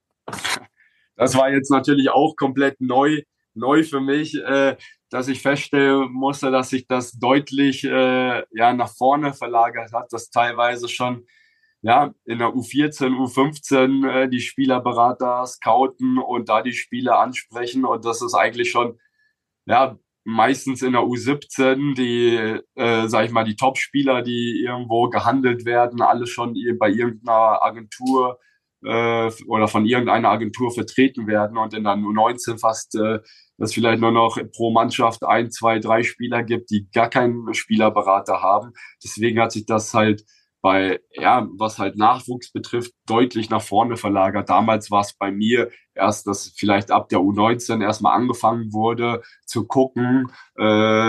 Das war jetzt natürlich auch komplett neu, neu für mich, äh, dass ich feststellen musste, dass sich das deutlich äh, ja nach vorne verlagert hat, dass teilweise schon ja, in der U vierzehn, U fünfzehn äh, die Spielerberater scouten und da die Spieler ansprechen. Und das ist eigentlich schon, ja, meistens in der U siebzehn die, äh, sag ich mal, die Top-Spieler, die irgendwo gehandelt werden, alle schon bei irgendeiner Agentur äh, oder von irgendeiner Agentur vertreten werden und in der U neunzehn fast äh, dass vielleicht nur noch pro Mannschaft ein, zwei, drei Spieler gibt, die gar keinen Spielerberater haben. Deswegen hat sich das halt bei, ja, was halt Nachwuchs betrifft, deutlich nach vorne verlagert. Damals war es bei mir erst, dass vielleicht ab der U neunzehn erstmal angefangen wurde zu gucken, äh,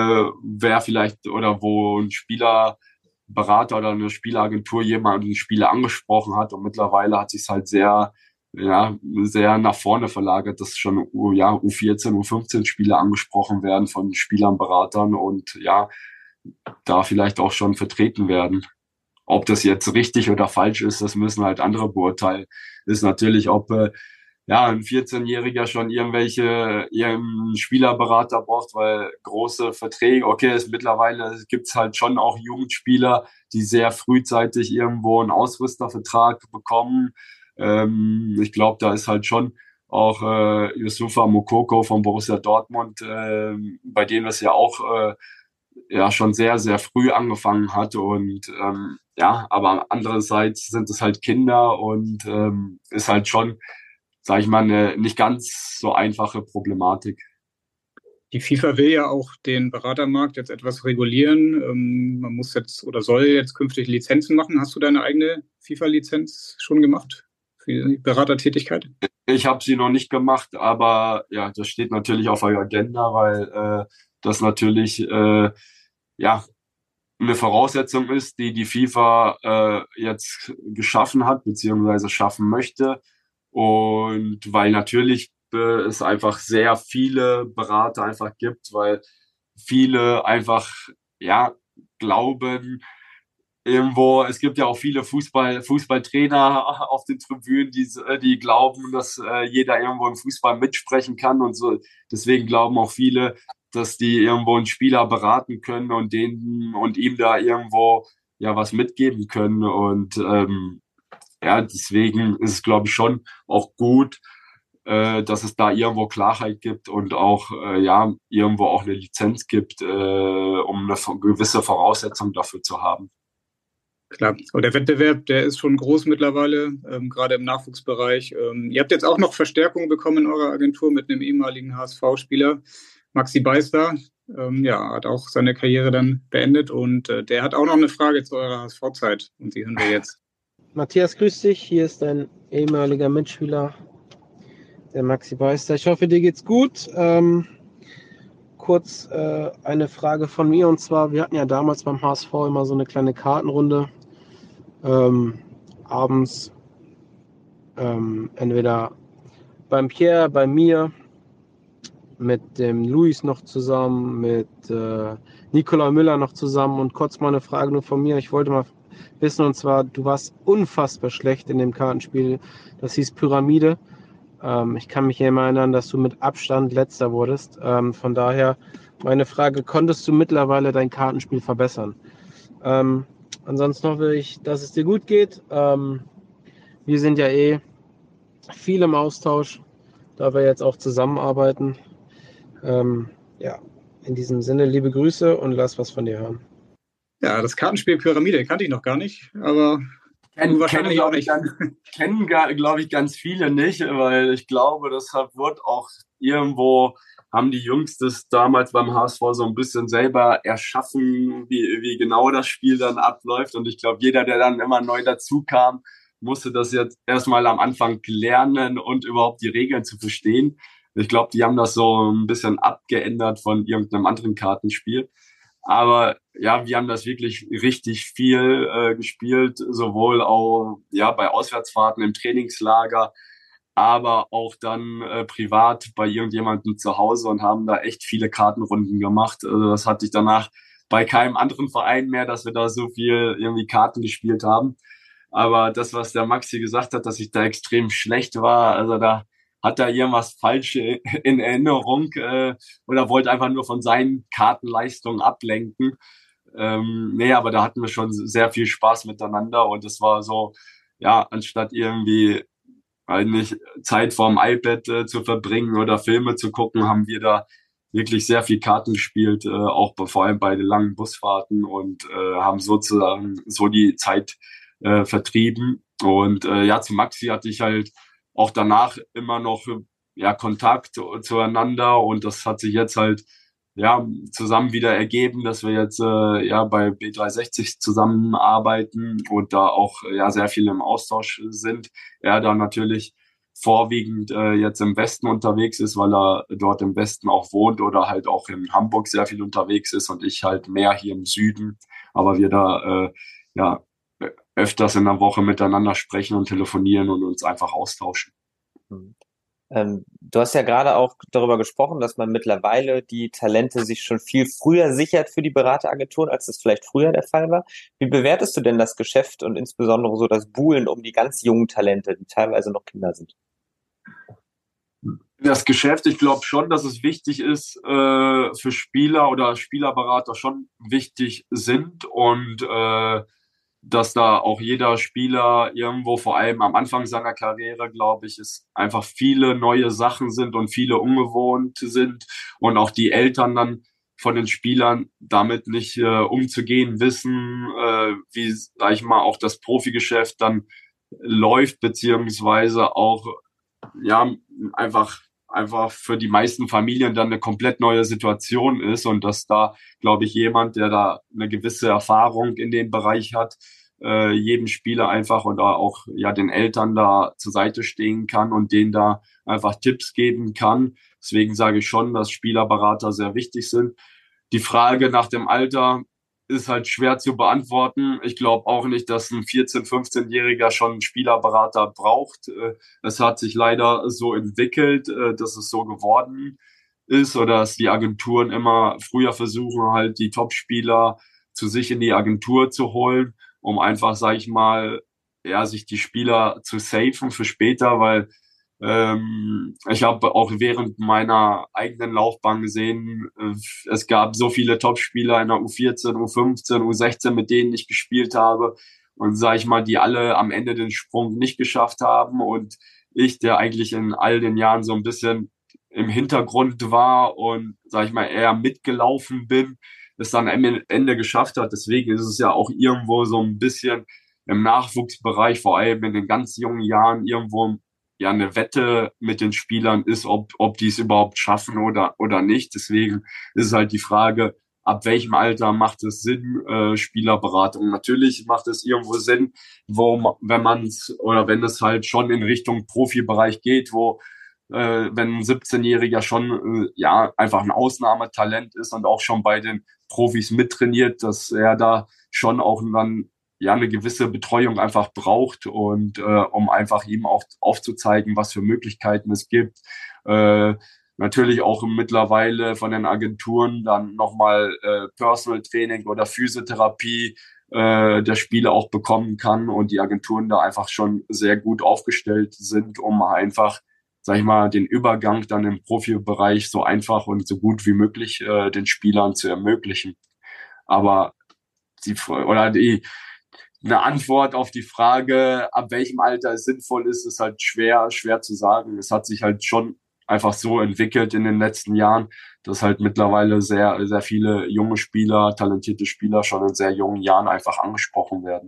wer vielleicht oder wo ein Spielerberater oder eine Spieleragentur jemanden Spieler angesprochen hat. Und mittlerweile hat sich es halt sehr ja, sehr nach vorne verlagert, dass schon ja, U vierzehn, U fünfzehn Spieler angesprochen werden von Spielern, Beratern und ja, da vielleicht auch schon vertreten werden. Ob das jetzt richtig oder falsch ist, das müssen halt andere beurteilen. Ist natürlich, ob äh, ja, ein vierzehnjähriger schon irgendwelche ihren Spielerberater braucht, weil große Verträge, okay, es mittlerweile gibt's halt schon auch Jugendspieler, die sehr frühzeitig irgendwo einen Ausrüstervertrag bekommen. Ähm, ich glaube, da ist halt schon auch äh, Youssoufa Moukoko von Borussia Dortmund, äh, bei denen es ja auch äh, ja schon sehr, sehr früh angefangen hat. Und ähm, ja, aber andererseits sind es halt Kinder und ähm, ist halt schon, sage ich mal, eine nicht ganz so einfache Problematik. Die FIFA will ja auch den Beratermarkt jetzt etwas regulieren. Ähm, man muss jetzt oder soll jetzt künftig Lizenzen machen. Hast du deine eigene FIFA-Lizenz schon gemacht für die Beratertätigkeit? Ich habe sie noch nicht gemacht, aber ja, das steht natürlich auf der Agenda, weil äh, das natürlich äh, ja eine Voraussetzung ist, die die FIFA äh, jetzt geschaffen hat beziehungsweise schaffen möchte. Und weil natürlich äh, es einfach sehr viele Berater einfach gibt, weil viele einfach ja glauben, irgendwo, es gibt ja auch viele Fußball, Fußballtrainer auf den Tribünen, die, die glauben, dass äh, jeder irgendwo im Fußball mitsprechen kann und so. Deswegen glauben auch viele, dass die irgendwo einen Spieler beraten können und den und ihm da irgendwo ja was mitgeben können. Und ähm, ja, deswegen ist es, glaube ich, schon auch gut, äh, dass es da irgendwo Klarheit gibt und auch äh, ja irgendwo auch eine Lizenz gibt, äh, um eine gewisse Voraussetzung dafür zu haben. Klar, aber der Wettbewerb, der ist schon groß mittlerweile, ähm, gerade im Nachwuchsbereich. Ähm, ihr habt jetzt auch noch Verstärkung bekommen in eurer Agentur mit einem ehemaligen H S V-Spieler, Maxi Beister. Ähm, ja, hat auch seine Karriere dann beendet und äh, der hat auch noch eine Frage zu eurer H S V-Zeit und die hören wir jetzt. Matthias, grüß dich. Hier ist dein ehemaliger Mitschüler, der Maxi Beister. Ich hoffe, dir geht's gut. Ähm, kurz äh, eine Frage von mir und zwar, wir hatten ja damals beim H S V immer so eine kleine Kartenrunde. Ähm, abends ähm, entweder beim Pierre, bei mir, mit dem Luis noch zusammen, mit äh, Nikolai Müller noch zusammen und kurz mal eine Frage nur von mir. Ich wollte mal wissen, und zwar, du warst unfassbar schlecht in dem Kartenspiel, das hieß Pyramide. Ähm, ich kann mich erinnern, dass du mit Abstand Letzter wurdest. Ähm, von daher meine Frage, konntest du mittlerweile dein Kartenspiel verbessern? Ähm, ansonsten hoffe ich, dass es dir gut geht. Ähm, wir sind ja eh viel im Austausch, da wir jetzt auch zusammenarbeiten. Ähm, ja, in diesem Sinne, liebe Grüße und lass was von dir hören. Ja, das Kartenspiel Pyramide kannte ich noch gar nicht, aber Kennen, wahrscheinlich kennen, auch nicht. Ganz, kennen, glaube ich, ganz viele nicht, weil ich glaube, deshalb wird auch irgendwo, haben die Jungs das damals beim H S V so ein bisschen selber erschaffen, wie, wie genau das Spiel dann abläuft. Und ich glaube, jeder, der dann immer neu dazu kam, musste das jetzt erstmal am Anfang lernen und überhaupt die Regeln zu verstehen. Ich glaube, die haben das so ein bisschen abgeändert von irgendeinem anderen Kartenspiel. Aber ja, wir haben das wirklich richtig viel äh, gespielt, sowohl auch ja bei Auswärtsfahrten im Trainingslager, aber auch dann äh, privat bei irgendjemandem zu Hause und haben da echt viele Kartenrunden gemacht. Also das hatte ich danach bei keinem anderen Verein mehr, dass wir da so viel irgendwie Karten gespielt haben. Aber das, was der Maxi gesagt hat, dass ich da extrem schlecht war, also da hat er irgendwas falsch in Erinnerung äh, oder wollte einfach nur von seinen Kartenleistungen ablenken. Ähm, nee, aber da hatten wir schon sehr viel Spaß miteinander und es war so, ja, anstatt irgendwie eigentlich Zeit vorm iPad äh, zu verbringen oder Filme zu gucken, haben wir da wirklich sehr viel Karten gespielt, äh, auch bei, vor allem bei den langen Busfahrten und äh, haben sozusagen so die Zeit äh, vertrieben. Und äh, ja, zu Maxi hatte ich halt auch danach immer noch ja Kontakt zueinander und das hat sich jetzt halt ja zusammen wieder ergeben, dass wir jetzt äh, ja bei B dreihundertsechzig zusammenarbeiten und da auch ja sehr viel im Austausch sind. Er da natürlich vorwiegend äh, jetzt im Westen unterwegs ist, weil er dort im Westen auch wohnt oder halt auch in Hamburg sehr viel unterwegs ist und ich halt mehr hier im Süden. Aber wir da äh, ja öfters in der Woche miteinander sprechen und telefonieren und uns einfach austauschen. Mhm. Ähm, du hast ja gerade auch darüber gesprochen, dass man mittlerweile die Talente sich schon viel früher sichert für die Berateragenturen, als das vielleicht früher der Fall war. Wie bewertest du denn das Geschäft und insbesondere so das Buhlen um die ganz jungen Talente, die teilweise noch Kinder sind? Das Geschäft, ich glaube schon, dass es wichtig ist, äh, für Spieler oder Spielerberater schon wichtig sind und äh, dass da auch jeder Spieler irgendwo, vor allem am Anfang seiner Karriere, glaube ich, es einfach viele neue Sachen sind und viele ungewohnt sind und auch die Eltern dann von den Spielern damit nicht äh, umzugehen wissen, äh, wie, sag ich mal, auch das Profigeschäft dann läuft, beziehungsweise auch, ja, einfach einfach für die meisten Familien dann eine komplett neue Situation ist und dass da, glaube ich, jemand, der da eine gewisse Erfahrung in dem Bereich hat, äh, jedem Spieler einfach und auch ja den Eltern da zur Seite stehen kann und denen da einfach Tipps geben kann. Deswegen sage ich schon, dass Spielerberater sehr wichtig sind. Die Frage nach dem Alter ist halt schwer zu beantworten. Ich glaube auch nicht, dass ein vierzehn-, fünfzehnjähriger schon einen Spielerberater braucht. Es hat sich leider so entwickelt, dass es so geworden ist oder dass die Agenturen immer früher versuchen, halt die Top-Spieler zu sich in die Agentur zu holen, um einfach, sag ich mal, ja, sich die Spieler zu safen für später, weil ähm, ich habe auch während meiner eigenen Laufbahn gesehen, äh, es gab so viele Topspieler in der U vierzehn, U fünfzehn, U sechzehn, mit denen ich gespielt habe und sage ich mal, die alle am Ende den Sprung nicht geschafft haben und ich, der eigentlich in all den Jahren so ein bisschen im Hintergrund war und, sage ich mal, eher mitgelaufen bin, es dann am Ende geschafft hat. Deswegen ist es ja auch irgendwo so ein bisschen im Nachwuchsbereich, vor allem in den ganz jungen Jahren, irgendwo ja eine Wette mit den Spielern ist, ob ob die es überhaupt schaffen oder oder nicht. Deswegen ist es halt die Frage, ab welchem Alter macht es Sinn, äh, Spielerberatung. Natürlich macht es irgendwo Sinn, wo wenn man es oder wenn es halt schon in Richtung Profibereich geht, wo äh, wenn ein siebzehnjähriger schon äh, ja einfach ein Ausnahmetalent ist und auch schon bei den Profis mittrainiert, dass er da schon auch dann ja eine gewisse Betreuung einfach braucht und äh, um einfach ihm auch aufzuzeigen, was für Möglichkeiten es gibt. Äh, natürlich auch mittlerweile von den Agenturen dann nochmal äh, Personal Training oder Physiotherapie äh, der Spieler auch bekommen kann und die Agenturen da einfach schon sehr gut aufgestellt sind, um einfach, sag ich mal, den Übergang dann im Profibereich so einfach und so gut wie möglich äh, den Spielern zu ermöglichen. Aber die oder die eine Antwort auf die Frage, ab welchem Alter es sinnvoll ist, ist halt schwer, schwer zu sagen. Es hat sich halt schon einfach so entwickelt in den letzten Jahren, dass halt mittlerweile sehr, sehr viele junge Spieler, talentierte Spieler schon in sehr jungen Jahren einfach angesprochen werden.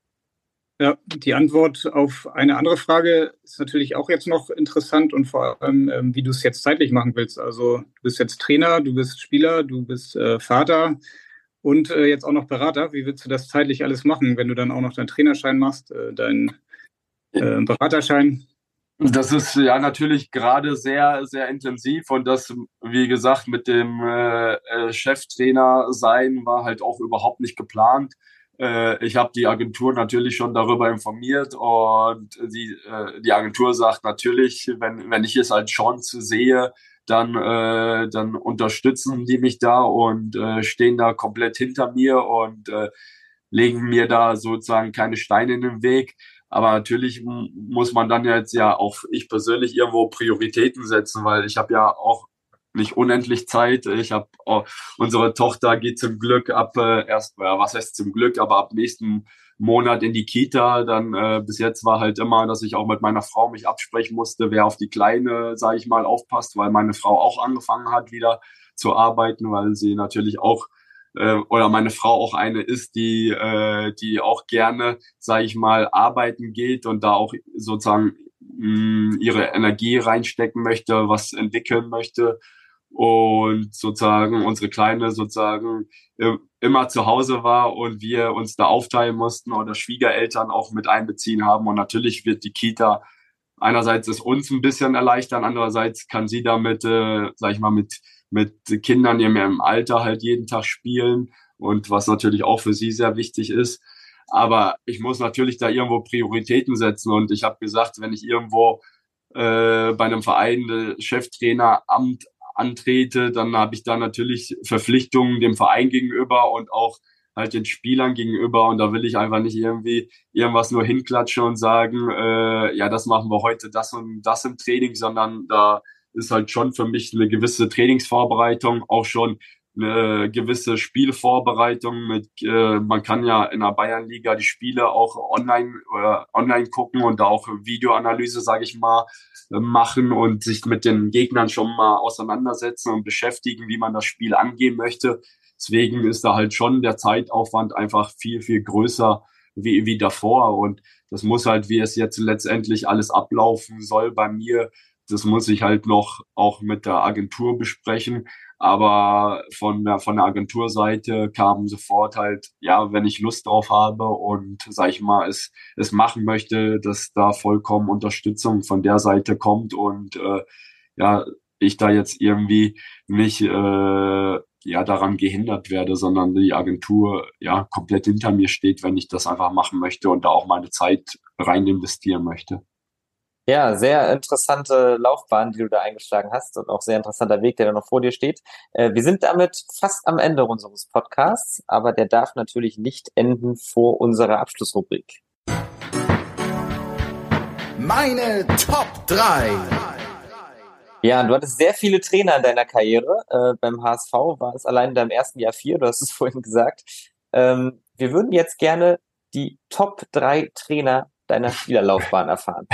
Ja, die Antwort auf eine andere Frage ist natürlich auch jetzt noch interessant und vor allem, ähm, wie du es jetzt zeitlich machen willst. Also du bist jetzt Trainer, du bist Spieler, du bist äh, Vater. Und äh, jetzt auch noch Berater. Wie willst du das zeitlich alles machen, wenn du dann auch noch deinen Trainerschein machst, äh, deinen äh, Beraterschein? Das ist ja natürlich gerade sehr, sehr intensiv und das, wie gesagt, mit dem äh, Cheftrainer sein war halt auch überhaupt nicht geplant. Äh, ich habe die Agentur natürlich schon darüber informiert und die, äh, die Agentur sagt natürlich, wenn, wenn ich es als Chance sehe, dann äh, dann unterstützen die mich da und äh, stehen da komplett hinter mir und äh, legen mir da sozusagen keine Steine in den Weg. Aber natürlich muss man dann jetzt ja auch ich persönlich irgendwo Prioritäten setzen, weil ich habe ja auch nicht unendlich Zeit. Ich habe oh, unsere Tochter geht zum Glück ab äh, erst, ja, was heißt zum Glück, aber ab nächsten Monat in die Kita. Dann äh, bis jetzt war halt immer, dass ich auch mit meiner Frau mich absprechen musste, wer auf die Kleine, sage ich mal, aufpasst, weil meine Frau auch angefangen hat, wieder zu arbeiten, weil sie natürlich auch äh, oder meine Frau auch eine ist, die äh, die auch gerne, sage ich mal, arbeiten geht und da auch sozusagen mh, ihre Energie reinstecken möchte, was entwickeln möchte. Und sozusagen unsere Kleine sozusagen äh, immer zu Hause war und wir uns da aufteilen mussten oder Schwiegereltern auch mit einbeziehen haben. Und natürlich wird die Kita einerseits es uns ein bisschen erleichtern, andererseits kann sie damit, äh, sag ich mal, mit mit Kindern in ihrem Alter halt jeden Tag spielen und was natürlich auch für sie sehr wichtig ist. Aber ich muss natürlich da irgendwo Prioritäten setzen und ich habe gesagt, wenn ich irgendwo äh, bei einem Verein äh, Cheftraineramt antrete, dann habe ich da natürlich Verpflichtungen dem Verein gegenüber und auch halt den Spielern gegenüber und da will ich einfach nicht irgendwie irgendwas nur hinklatschen und sagen, äh, ja, das machen wir heute, das und das im Training, sondern da ist halt schon für mich eine gewisse Trainingsvorbereitung, auch schon eine gewisse Spielvorbereitung mit, äh, man kann ja in der Bayernliga die Spiele auch online oder online gucken und da auch Videoanalyse, sage ich mal, machen und sich mit den Gegnern schon mal auseinandersetzen und beschäftigen, wie man das Spiel angehen möchte. Deswegen ist da halt schon der Zeitaufwand einfach viel, viel größer wie, wie davor. Und das muss halt, wie es jetzt letztendlich alles ablaufen soll bei mir, das muss ich halt noch auch mit der Agentur besprechen. Aber von der, von der Agenturseite kam sofort halt, ja, wenn ich Lust drauf habe und, sag ich mal, es, es machen möchte, dass da vollkommen Unterstützung von der Seite kommt und, äh, ja, ich da jetzt irgendwie nicht, äh, ja, daran gehindert werde, sondern die Agentur, ja, komplett hinter mir steht, wenn ich das einfach machen möchte und da auch meine Zeit rein investieren möchte. Ja, sehr interessante Laufbahn, die du da eingeschlagen hast und auch sehr interessanter Weg, der da noch vor dir steht. Äh, wir sind damit fast am Ende unseres Podcasts, aber der darf natürlich nicht enden vor unserer Abschlussrubrik. Meine Top drei. Ja, du hattest sehr viele Trainer in deiner Karriere. Äh, beim H S V war es allein in deinem ersten Jahr vier, du hast es vorhin gesagt. Ähm, wir würden jetzt gerne die Top drei Trainer deiner Spielerlaufbahn erfahren.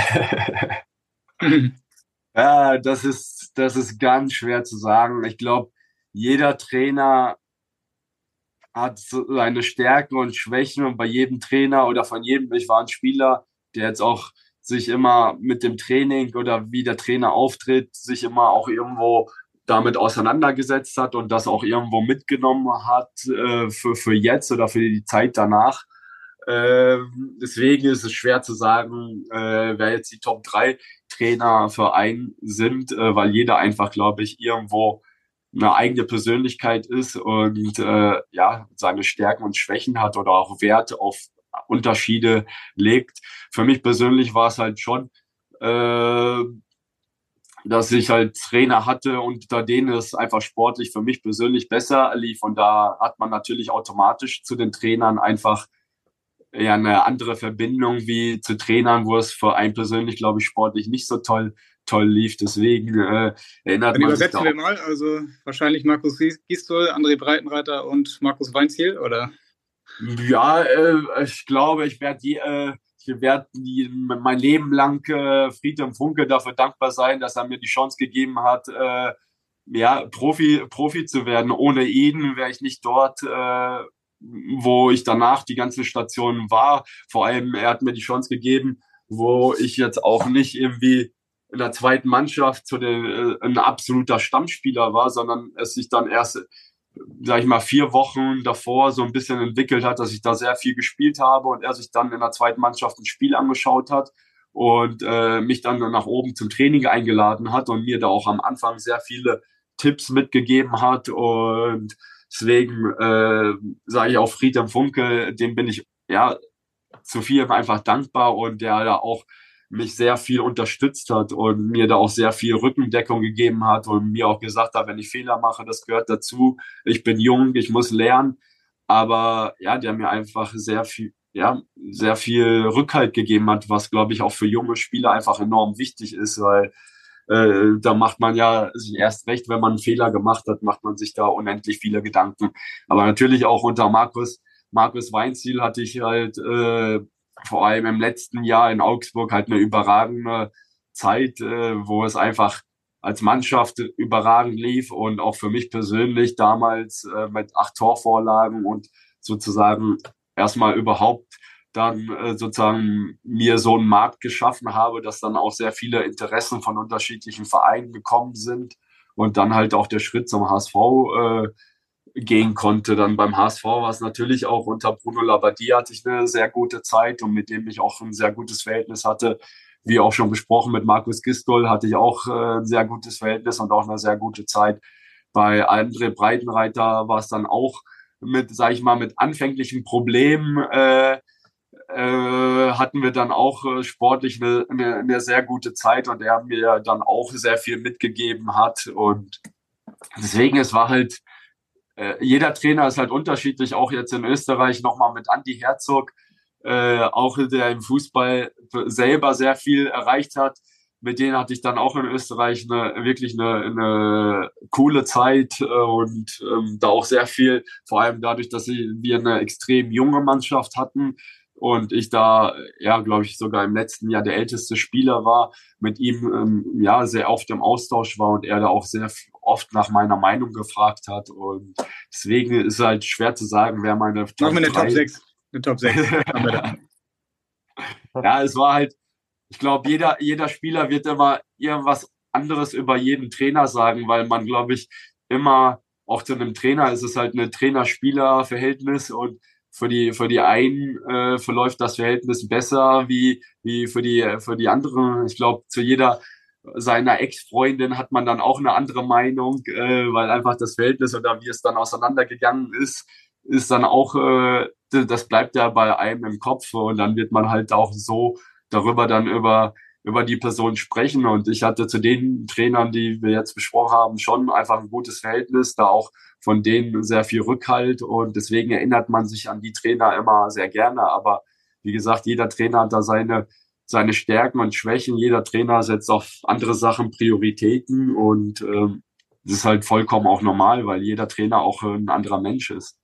Ja, das ist, das ist ganz schwer zu sagen. Ich glaube, jeder Trainer hat so seine Stärken und Schwächen und bei jedem Trainer oder von jedem, ich war ein Spieler, der jetzt auch sich immer mit dem Training oder wie der Trainer auftritt, sich immer auch irgendwo damit auseinandergesetzt hat und das auch irgendwo mitgenommen hat äh, für, für jetzt oder für die Zeit danach. Äh, deswegen ist es schwer zu sagen, äh, wer jetzt die Top drei Trainer für einen sind, äh, weil jeder einfach, glaube ich, irgendwo eine eigene Persönlichkeit ist und äh, ja seine Stärken und Schwächen hat oder auch Wert auf Unterschiede legt. Für mich persönlich war es halt schon, äh, dass ich halt Trainer hatte und unter denen es einfach sportlich für mich persönlich besser lief und da hat man natürlich automatisch zu den Trainern einfach ja eine andere Verbindung wie zu Trainern, wo es für einen persönlich, glaube ich, sportlich nicht so toll toll lief. Deswegen äh, erinnert Dann man sich übersetzen wir mal, also wahrscheinlich Markus Gisdol, André Breitenreiter und Markus Weinziel, oder? Ja, äh, ich glaube, ich werde die, äh, ich werde mein Leben lang äh, Friedhelm Funke dafür dankbar sein, dass er mir die Chance gegeben hat, äh, ja Profi Profi zu werden. Ohne ihn wäre ich nicht dort, äh, wo ich danach die ganzen Stationen war. Vor allem, er hat mir die Chance gegeben, wo ich jetzt auch nicht irgendwie in der zweiten Mannschaft zu den, äh, ein absoluter Stammspieler war, sondern es sich dann erst, sag ich mal, vier Wochen davor so ein bisschen entwickelt hat, dass ich da sehr viel gespielt habe und er sich dann in der zweiten Mannschaft ein Spiel angeschaut hat und äh, mich dann nach oben zum Training eingeladen hat und mir da auch am Anfang sehr viele Tipps mitgegeben hat und deswegen äh, sage ich auch Friedhelm Funke, dem bin ich ja zu viel einfach dankbar und der da auch mich sehr viel unterstützt hat und mir da auch sehr viel Rückendeckung gegeben hat und mir auch gesagt hat, wenn ich Fehler mache, das gehört dazu. Ich bin jung, ich muss lernen. Aber ja, der mir einfach sehr viel, ja, sehr viel Rückhalt gegeben hat, was, glaube ich, auch für junge Spieler einfach enorm wichtig ist, weil äh, da macht man ja sich erst recht, wenn man einen Fehler gemacht hat, macht man sich da unendlich viele Gedanken. Aber natürlich auch unter Markus, Markus Weinziel hatte ich halt äh, vor allem im letzten Jahr in Augsburg halt eine überragende Zeit, äh, wo es einfach als Mannschaft überragend lief und auch für mich persönlich damals äh, mit acht Torvorlagen und sozusagen erstmal überhaupt dann äh, sozusagen mir so einen Markt geschaffen habe, dass dann auch sehr viele Interessen von unterschiedlichen Vereinen gekommen sind und dann halt auch der Schritt zum H S V äh, gehen konnte. Dann beim H S V war es natürlich auch unter Bruno Labbadia hatte ich eine sehr gute Zeit und mit dem ich auch ein sehr gutes Verhältnis hatte. Wie auch schon besprochen, mit Markus Gistol hatte ich auch äh, ein sehr gutes Verhältnis und auch eine sehr gute Zeit. Bei André Breitenreiter war es dann auch mit, sag ich mal, mit anfänglichen Problemen äh, äh, hatten wir dann auch äh, sportlich eine, eine, eine sehr gute Zeit und er mir dann auch sehr viel mitgegeben hat. Und deswegen, es war halt, äh, jeder Trainer ist halt unterschiedlich, auch jetzt in Österreich nochmal mit Andi Herzog, Äh, auch der im Fußball selber sehr viel erreicht hat. Mit denen hatte ich dann auch in Österreich eine, wirklich eine, eine coole Zeit äh, und ähm, da auch sehr viel, vor allem dadurch, dass wir eine extrem junge Mannschaft hatten und ich da, ja, glaube ich, sogar im letzten Jahr der älteste Spieler war, mit ihm ähm, ja sehr oft im Austausch war und er da auch sehr oft nach meiner Meinung gefragt hat und deswegen ist es halt schwer zu sagen, wer meine Top Machen wir eine drei Top sechs. Eine Top sechs. Ja, es war halt, ich glaube, jeder, jeder Spieler wird immer irgendwas anderes über jeden Trainer sagen, weil man, glaube ich, immer, auch zu einem Trainer ist es halt ein Trainer-Spieler-Verhältnis und für die, für die einen äh, verläuft das Verhältnis besser wie, wie für die, für die anderen. Ich glaube, zu jeder seiner Ex-Freundin hat man dann auch eine andere Meinung, äh, weil einfach das Verhältnis oder wie es dann auseinandergegangen ist, ist dann auch, äh, das bleibt ja bei einem im Kopf und dann wird man halt auch so darüber dann über, über die Person sprechen und ich hatte zu den Trainern, die wir jetzt besprochen haben, schon einfach ein gutes Verhältnis, da auch von denen sehr viel Rückhalt und deswegen erinnert man sich an die Trainer immer sehr gerne, aber wie gesagt, jeder Trainer hat da seine, seine Stärken und Schwächen, jeder Trainer setzt auf andere Sachen Prioritäten und ähm, das ist halt vollkommen auch normal, weil jeder Trainer auch ein anderer Mensch ist.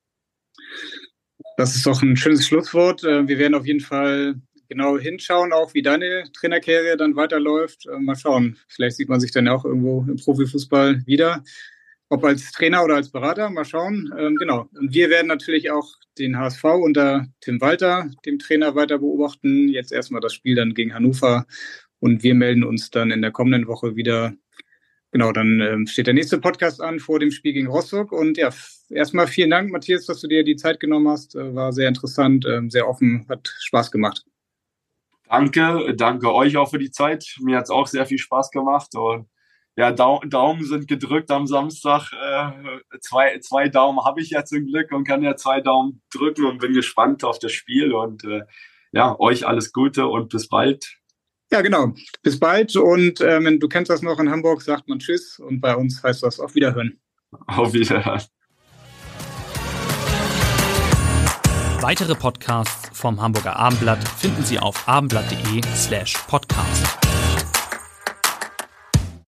Das ist doch ein schönes Schlusswort. Wir werden auf jeden Fall genau hinschauen, auch wie deine Trainerkarriere dann weiterläuft. Mal schauen, vielleicht sieht man sich dann auch irgendwo im Profifußball wieder. Ob als Trainer oder als Berater, mal schauen. Genau. Und wir werden natürlich auch den H S V unter Tim Walter, dem Trainer, weiter beobachten. Jetzt erstmal das Spiel dann gegen Hannover. Und wir melden uns dann in der kommenden Woche wieder. Genau, dann ähm, steht der nächste Podcast an vor dem Spiel gegen Rostock. Und ja, erstmal vielen Dank, Matthias, dass du dir die Zeit genommen hast. Äh, war sehr interessant, äh, sehr offen, hat Spaß gemacht. Danke, danke euch auch für die Zeit. Mir hat es auch sehr viel Spaß gemacht. Und ja, Dau- Daumen sind gedrückt am Samstag. Äh, zwei, zwei Daumen habe ich ja zum Glück und kann ja zwei Daumen drücken und bin gespannt auf das Spiel. Und äh, ja, euch alles Gute und bis bald. Ja, genau. Bis bald. Und ähm, du kennst das noch, in Hamburg sagt man Tschüss. Und bei uns heißt das auf Wiederhören. Auf Wiederhören. Weitere Podcasts vom Hamburger Abendblatt finden Sie auf abendblatt.de slash podcast.